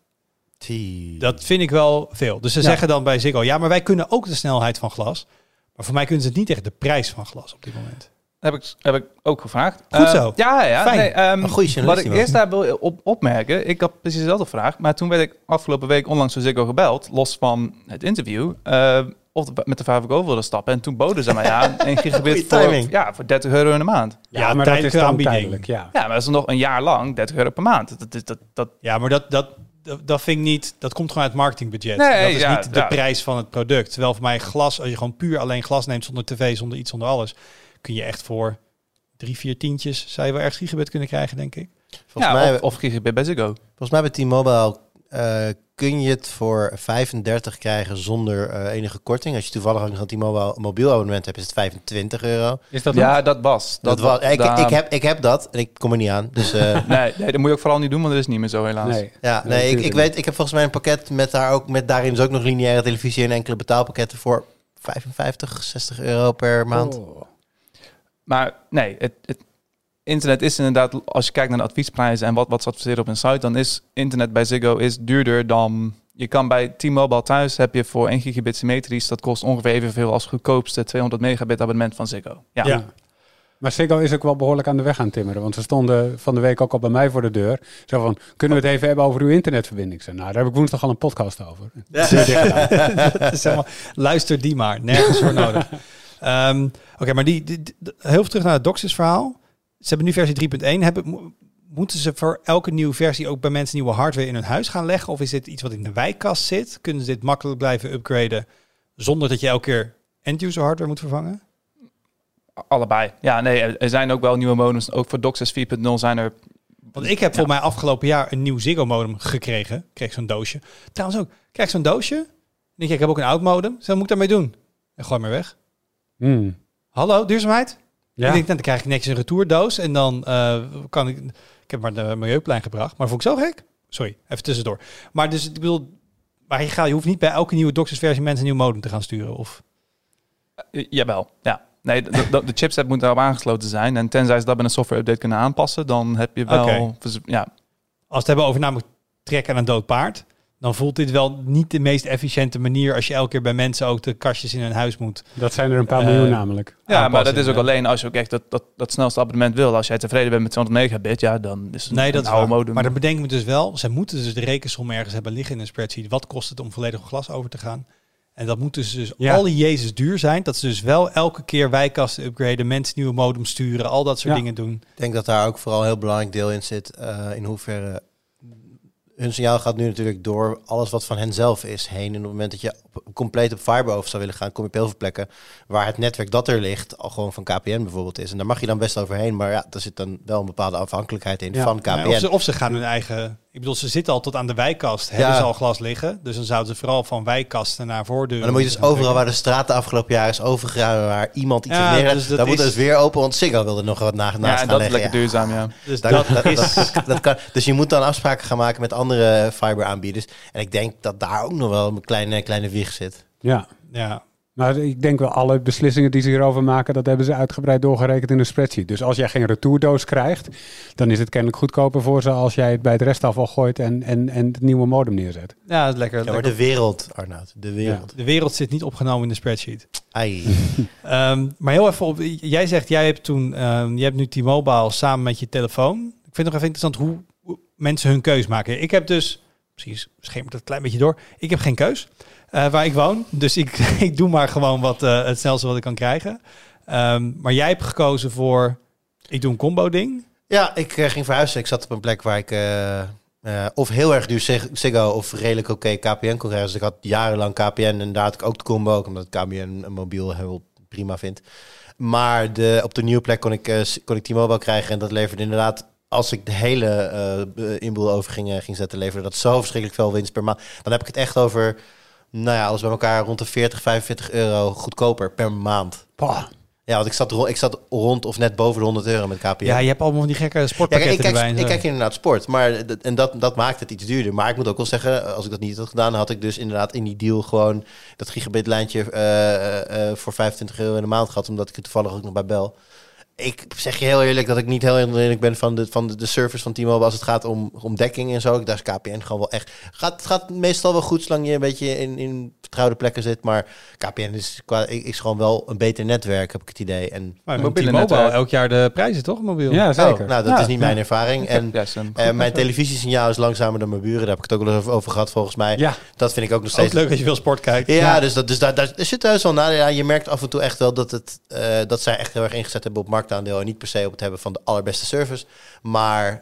Dat vind ik wel veel. Dus ze zeggen dan bij Ziggo, ja, maar wij kunnen ook de snelheid van glas. Maar voor mij kunnen ze het niet tegen de prijs van glas op dit moment. Heb ik ook gevraagd. Goed zo. Ja. Fijn. Nee, Een goede journalist. wat ik eerst daar wil opmerken, ik had precies dezelfde vraag. Maar toen werd ik afgelopen week onlangs door Ziggo gebeld, los van het interview, of met de vraag over wilde stappen. En toen boden ze mij aan 1 gigabit voor €30 in de maand. Ja, maar dat is dan tijdelijk, ja. Ja, maar dat is nog een jaar lang €30 per maand. Dat Ja, maar dat vind ik niet. Dat komt gewoon uit het marketingbudget. Nee, dat is ja, niet de prijs van het product. Terwijl voor mij glas, als je gewoon puur alleen glas neemt zonder tv, zonder iets, zonder alles, kun je echt voor 3-4 tientjes zou je wel ergens gigabit kunnen krijgen, denk ik. Volgens mij, of gigabit bij Ziggo. volgens mij bij T-Mobile kun je het voor 35 krijgen zonder enige korting. Als je toevallig ook nog een T-Mobile mobiel abonnement hebt, is het €25. Is dat Ja, dat was. Ik heb dat en ik kom er niet aan. Dus, Nee, dat moet je ook vooral niet doen, want dat is niet meer zo helaas. ik heb volgens mij een pakket met daarin dus ook nog lineaire televisie en enkele betaalpakketten voor €55-60 per maand. Oh. Maar nee, het internet is inderdaad, als je kijkt naar de adviesprijzen en wat ze adviseren op een site, dan is internet bij Ziggo is duurder dan... Je kan bij T-Mobile thuis, heb je voor 1 gigabit symmetrisch, dat kost ongeveer evenveel als het goedkoopste 200 megabit abonnement van Ziggo. Ja. Maar Ziggo is ook wel behoorlijk aan de weg aan timmeren. Want ze stonden van de week ook al bij mij voor de deur. Zo van, kunnen we het even hebben over uw internetverbinding? Ik zei, nou, daar heb ik woensdag al een podcast over. Dat is helemaal, luister die maar. Nergens voor nodig. Oké, maar heel veel terug naar het DOCSIS verhaal. Ze hebben nu versie 3.1. Moeten ze voor elke nieuwe versie ook bij mensen nieuwe hardware in hun huis gaan leggen? Of is dit iets wat in de wijkkast zit? Kunnen ze dit makkelijk blijven upgraden zonder dat je elke keer end-user hardware moet vervangen? Allebei. Ja, nee, er zijn ook wel nieuwe modems. Ook voor DOCSIS 4.0 zijn er... Want ik heb voor mij afgelopen jaar een nieuw Ziggo modem gekregen. Kreeg zo'n doosje. Trouwens ook, krijg zo'n doosje. Dan denk ik heb ook een oud modem. Wat moet ik daarmee doen? En gooi maar weg. Hallo, duurzaamheid? Ja. Ik denk, dan krijg ik netjes een retourdoos. En dan kan ik... Ik heb maar de Milieuplein gebracht. Maar vond ik zo gek? Sorry, even tussendoor. Maar dus, ik bedoel... Maar je hoeft niet bij elke nieuwe DOCSIS versie mensen een nieuw modem te gaan sturen, of... Jawel, ja. Nee, de chipset moet daarop aangesloten zijn. En tenzij ze dat bij een software update kunnen aanpassen, dan heb je wel... Ja. Als we het hebben over namelijk trekken aan een dood paard, dan voelt dit wel niet de meest efficiënte manier als je elke keer bij mensen ook de kastjes in hun huis moet. Dat zijn er een paar miljoen namelijk. Ja, maar dat is ook alleen als je ook echt dat snelste abonnement wil. Als jij tevreden bent met 200 megabit, ja, dan is het dat een oude modem. Maar dan bedenken we dus wel, zij moeten dus de rekensom ergens hebben liggen in een spreadsheet. Wat kost het om volledig op glas over te gaan? En dat moet dus al die Jezus duur zijn. Dat ze dus wel elke keer wijkasten upgraden, mensen nieuwe modems sturen, al dat soort dingen doen. Ik denk dat daar ook vooral een heel belangrijk deel in zit. In hoeverre hun signaal gaat nu natuurlijk door alles wat van hen zelf is heen. En op het moment dat je compleet op fiber over zou willen gaan, kom je op heel veel plekken waar het netwerk dat er ligt al gewoon van KPN bijvoorbeeld is. En daar mag je dan best overheen. Maar ja, er zit dan wel een bepaalde afhankelijkheid in van KPN. Ja, of ze gaan hun eigen... Ik bedoel, ze zitten al tot aan de wijkkast. Hebben ze al glas liggen. Dus dan zouden ze vooral van wijkkasten naar voordeuren... Maar dan moet je dus overal waar de straat de afgelopen jaar is overgegaan, waar iemand iets heeft neergelegd, dus daar moet het weer open, want Ziggo wilde nog wat naast gaan leggen. Ja, dat is lekker duurzaam, ja. Dus dat kan. Dus je moet dan afspraken gaan maken met andere fiber aanbieders. En ik denk dat daar ook nog wel een kleine wieg zit. Ja. Ja. Maar ik denk wel, alle beslissingen die ze hierover maken, dat hebben ze uitgebreid doorgerekend in een spreadsheet. Dus als jij geen retourdoos krijgt, dan is het kennelijk goedkoper voor ze als jij het bij het restafval gooit en het nieuwe modem neerzet. Ja, dat is lekker. Ja, maar de wereld, Arnoud. De wereld. De wereld zit niet opgenomen in de spreadsheet. Ai. Maar heel even op. Jij zegt, jij hebt nu T-Mobile samen met je telefoon. Ik vind het nog even interessant hoe mensen hun keus maken. Ik heb dus, misschien schemert het een klein beetje door. Ik heb geen keus waar ik woon. Dus ik doe maar gewoon het snelste wat ik kan krijgen. Maar jij hebt gekozen voor, ik doe een combo ding. Ja, ik ging verhuizen. Ik zat op een plek waar ik of heel erg duur Ziggo of redelijk oké KPN kon krijgen. Dus ik had jarenlang KPN en daar had ik ook de combo. Ook omdat ik KPN een mobiel heel prima vind. Maar op de nieuwe plek kon ik T-Mobile krijgen. En dat leverde inderdaad, als ik de hele inboel over ging zetten, leverde dat zo verschrikkelijk veel winst per maand. Dan heb ik het echt over, alles bij elkaar rond de 40, 45 euro goedkoper per maand. Pah. Ja, want ik zat rond of net boven de 100 euro met KPN. Ja, je hebt allemaal van die gekke sportpakketten erbij. Ik kijk inderdaad sport, maar dat maakt het iets duurder. Maar ik moet ook wel zeggen, als ik dat niet had gedaan, had ik dus inderdaad in die deal gewoon dat gigabit-lijntje voor 25 euro in de maand gehad, omdat ik het toevallig ook nog bij bel. Ik zeg je heel eerlijk dat ik niet heel eerlijk ben van de service van T-Mobile als het gaat om dekking en zo. Daar is KPN gewoon wel echt. Het gaat meestal wel goed zolang je een beetje in vertrouwde plekken zit. Maar KPN is gewoon wel een beter netwerk, heb ik het idee. En Maar mobiele T-Mobile netwerk. elk jaar de prijzen, toch? Mobiel. Ja, zeker. nou, dat is niet mijn ervaring. En mijn mijn televisiesignaal is langzamer dan mijn buren. Daar heb ik het ook wel eens over gehad, volgens mij. Ja. Dat vind ik ook nog Ook steeds leuk dat je veel sport kijkt. Ja, dus daar zit thuis wel na. Ja, je merkt af en toe echt wel dat zij echt heel erg ingezet hebben op marktaandeel en niet per se op het hebben van de allerbeste service. Maar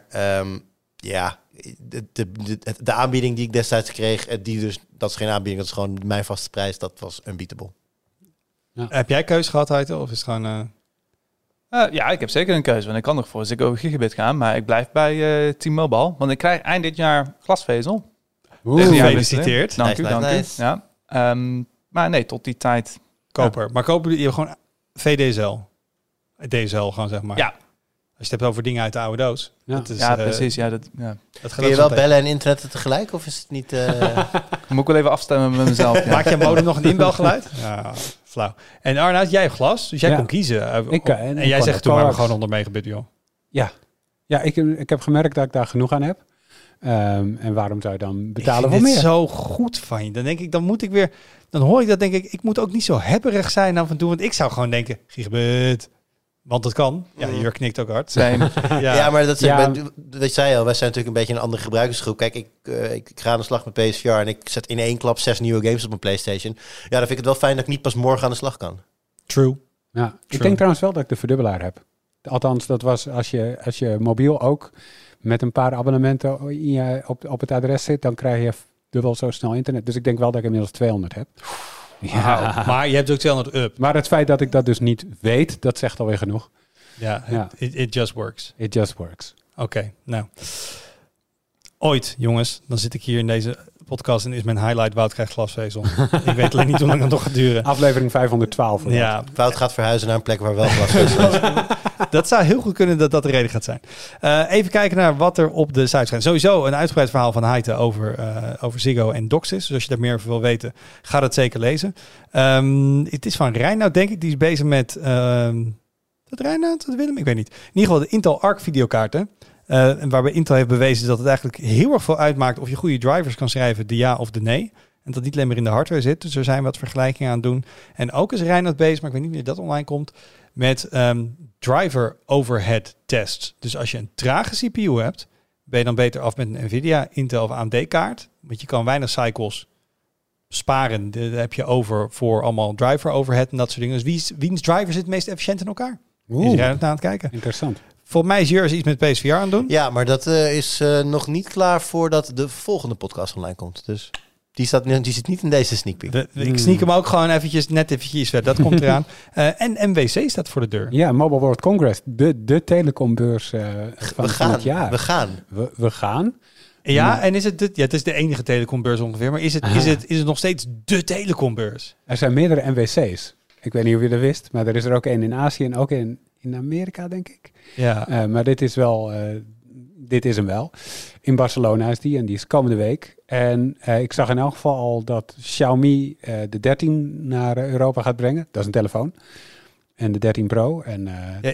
de aanbieding die ik destijds kreeg, dat is geen aanbieding, dat is gewoon mijn vaste prijs. Dat was unbeatable. Heb jij keus gehad, Heite? Of is het gewoon... ja, ik heb zeker een keuze. Want ik kan nog voor Ziggo Gigabit gaan. Maar ik blijf bij T-Mobile. Want ik krijg eind dit jaar glasvezel. Gefeliciteerd. Dank u, Nice, dank nice. u. Ja. Maar nee, tot die tijd. Koper. Maar kopen jullie gewoon VDSL? DSL gewoon, zeg maar. Ja. Als je het hebt over dingen uit de oude doos. Ja. Dat is, Ja, precies. Ja, dat Dat Kun je wel bellen en internetten tegelijk? Of is het niet... moet ik wel even afstemmen met mezelf. Ja. Maak je modem nog een inbelgeluid? Ja, flauw. En Arnoud, jij hebt glas, dus jij kon kiezen. En jij zegt toen maar gewoon 100 megabit, joh. Ja, ik heb gemerkt dat ik daar genoeg aan heb. En waarom zou je dan betalen ik voor vind meer? het zo goed van je. Dan denk ik, dan hoor ik dat, denk ik moet ook niet zo hebberig zijn af en toe. Want ik zou gewoon denken, gigabit. Want dat kan. Ja, Jur knikt ook hard. Same. Ja, maar dat Ja. weet jij al, wij zijn natuurlijk een beetje een andere gebruikersgroep. Kijk, ik ga aan de slag met PSVR en ik zet in één klap 6 nieuwe games op mijn PlayStation. Ja, dan vind ik het wel fijn dat ik niet pas morgen aan de slag kan. True. Ja, ik denk trouwens wel dat ik de verdubbelaar heb. Althans, dat was als je mobiel ook met een paar abonnementen op het adres zit, dan krijg je dubbel zo snel internet. Dus ik denk wel dat ik inmiddels 200 heb. Ja. Maar je hebt ook 200 up. Maar het feit dat ik dat dus niet weet, dat zegt alweer genoeg. Ja, Ja. It just works. It just works. Oké, nou. Ooit, jongens, dan zit ik hier in deze podcast en is mijn highlight Wout krijgt glasvezel. Ik weet alleen niet hoe lang dat nog gaat duren. Aflevering 512. Ja, Wout gaat verhuizen naar een plek waar wel glasvezel is. dat zou heel goed kunnen dat dat de reden gaat zijn. Even kijken naar wat er op de site schijnt. Sowieso een uitgebreid verhaal van Heite over Ziggo en DOCSIS. Dus als je daar meer over wil weten, ga dat zeker lezen. Het is van Reinoud, denk ik. Die is bezig met... dat Reinoud? Dat Willem? Ik weet niet. In ieder geval de Intel Arc videokaarten. Waarbij Intel heeft bewezen dat het eigenlijk heel erg veel uitmaakt of je goede drivers kan schrijven, de ja of de nee. En dat niet alleen maar in de hardware zit. Dus er zijn wat vergelijkingen aan het doen. En ook is Reinoud bezig, maar ik weet niet wanneer dat online komt, met driver overhead tests. Dus als je een trage CPU hebt, ben je dan beter af met een Nvidia, Intel of AMD kaart. Want je kan weinig cycles sparen. Dat heb je over voor allemaal driver overhead en dat soort dingen. Dus wiens driver zit het meest efficiënt in elkaar? Is Reinoud aan het kijken? Interessant. Volgens mij is Jurs iets met PSVR aan het doen. Ja, maar dat is nog niet klaar voordat de volgende podcast online komt. Dus die zit niet in deze sneak peek. Ik sneak hem ook gewoon net eventjes verder. Dat komt eraan. En MWC staat voor de deur. Ja, Mobile World Congress. De telecombeurs van het jaar. We gaan. Ja, en is het... het is de enige telecombeurs ongeveer. Maar is het nog steeds de telecombeurs? Er zijn meerdere MWC's. Ik weet niet of je dat wist, maar er is er ook één in Azië en ook in Amerika, denk ik. Ja. Maar dit is wel dit is hem wel. In Barcelona is die en die is komende week. En ik zag in elk geval al dat Xiaomi de 13 naar Europa gaat brengen. Dat is een telefoon. En de 13 Pro. En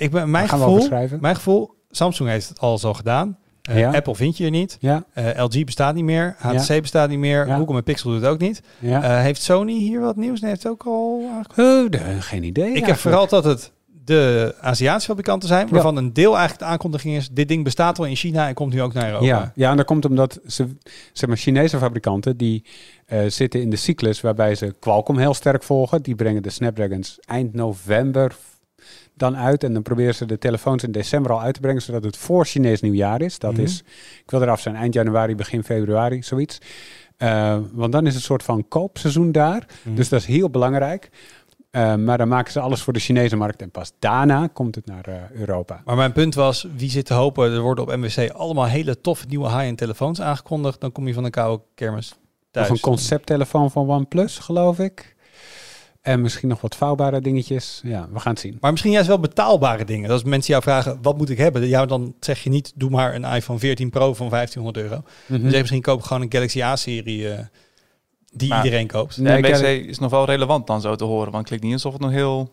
mijn gevoel, Samsung heeft het al zo gedaan. Apple vind je er niet. Ja. LG bestaat niet meer. HTC bestaat niet meer. Google met Pixel doet het ook niet. Ja. Heeft Sony hier wat nieuws? Nee, heeft het ook al geen idee. Ik heb vooral dat het de Aziatische fabrikanten zijn, waarvan een deel eigenlijk de aankondiging is, dit ding bestaat al in China en komt nu ook naar Europa. Ja, en dat komt omdat Chinese fabrikanten die zitten in de cyclus waarbij ze Qualcomm heel sterk volgen. Die brengen de Snapdragons eind november dan uit en dan proberen ze de telefoons in december al uit te brengen, zodat het voor Chinees nieuwjaar is. Dat is, ik wil eraf zijn, eind januari, begin februari, zoiets. Want dan is het een soort van koopseizoen daar. Dus dat is heel belangrijk. Maar dan maken ze alles voor de Chinese markt en pas daarna komt het naar Europa. Maar mijn punt was, wie zit te hopen? Er worden op MWC allemaal hele toffe nieuwe high-end telefoons aangekondigd. Dan kom je van een koude kermis thuis. Nog een concepttelefoon van OnePlus, geloof ik. En misschien nog wat vouwbare dingetjes. Ja, we gaan het zien. Maar misschien juist wel betaalbare dingen. Als mensen jou vragen, wat moet ik hebben? Ja, dan zeg je niet, doe maar een iPhone 14 Pro van €1500. Dus misschien koop ik gewoon een Galaxy A-serie die iedereen koopt. De MWC is nog wel relevant dan zo te horen. Want het klinkt niet alsof het nog heel...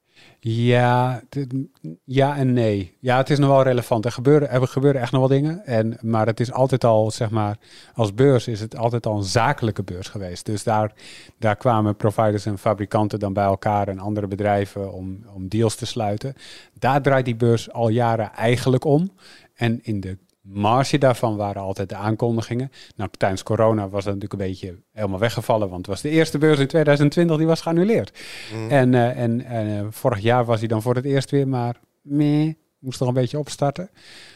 Ja en nee. Ja, het is nog wel relevant. Er gebeuren echt nog wel dingen. Maar het is altijd al, zeg maar, als beurs is het altijd al een zakelijke beurs geweest. Dus daar kwamen providers en fabrikanten dan bij elkaar en andere bedrijven om deals te sluiten. Daar draait die beurs al jaren eigenlijk om. En in de marge daarvan waren altijd de aankondigingen. Nou, tijdens corona was dat natuurlijk een beetje helemaal weggevallen, want het was de eerste beurs in 2020 die was geannuleerd. En vorig jaar was hij dan voor het eerst weer, maar moest toch een beetje opstarten.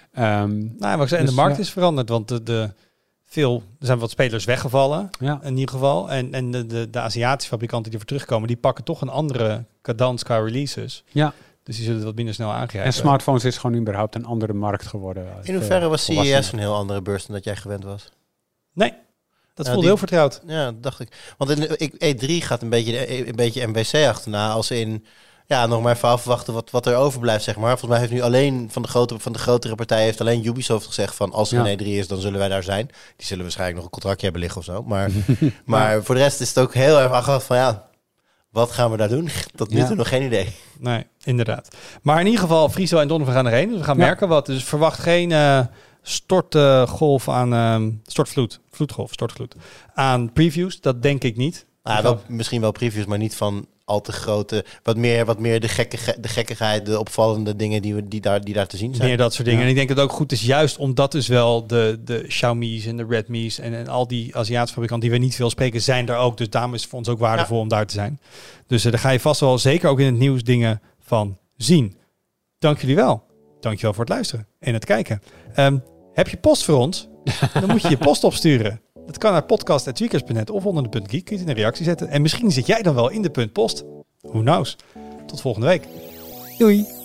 De markt is veranderd, want er zijn wat spelers weggevallen, in ieder geval. En de Aziatische fabrikanten die voor terugkomen, die pakken toch een andere cadans qua releases. Ja. Dus die zullen het wat minder snel aangrijpen. En smartphones is gewoon überhaupt een andere markt geworden. In hoeverre was CES een heel andere beurs dan dat jij gewend was? Nee, dat voelde heel vertrouwd. Ja, dat dacht ik. Want E3 gaat een beetje MWC achterna. Als in, nog maar even afwachten wat er overblijft, zeg maar. Volgens mij heeft nu alleen van de grotere partijen heeft alleen Ubisoft gezegd van, als er een E3 is, dan zullen wij daar zijn. Die zullen waarschijnlijk nog een contractje hebben liggen of zo. Maar voor de rest is het ook heel erg afgewacht van, wat gaan we daar doen? Tot nu toe nog geen idee. Nee, inderdaad. Maar in ieder geval, Friso en Donovan gaan erheen. Dus we gaan merken wat. Dus verwacht geen stortgolf aan... stortvloed aan previews. Dat denk ik niet. Misschien wel previews, maar niet van al te grote... Wat meer de gekkigheid, de opvallende dingen die daar te zien zijn. Meer dat soort dingen. En ik denk dat het ook goed is, juist omdat dus wel de Xiaomi's en de Redmi's en al die Aziatische fabrikanten die we niet veel spreken, zijn daar ook. Dus daarom is het voor ons ook waardevol om daar te zijn. Dus daar ga je vast wel zeker ook in het nieuws dingen van zien. Dank jullie wel. Dank je wel voor het luisteren en het kijken. Heb je post voor ons? Dan moet je post opsturen. Dat kan naar podcast@tweakers.net of onder de .geek. Kun je het in een reactie zetten. En misschien zit jij dan wel in de .post. Who knows? Tot volgende week. Doei.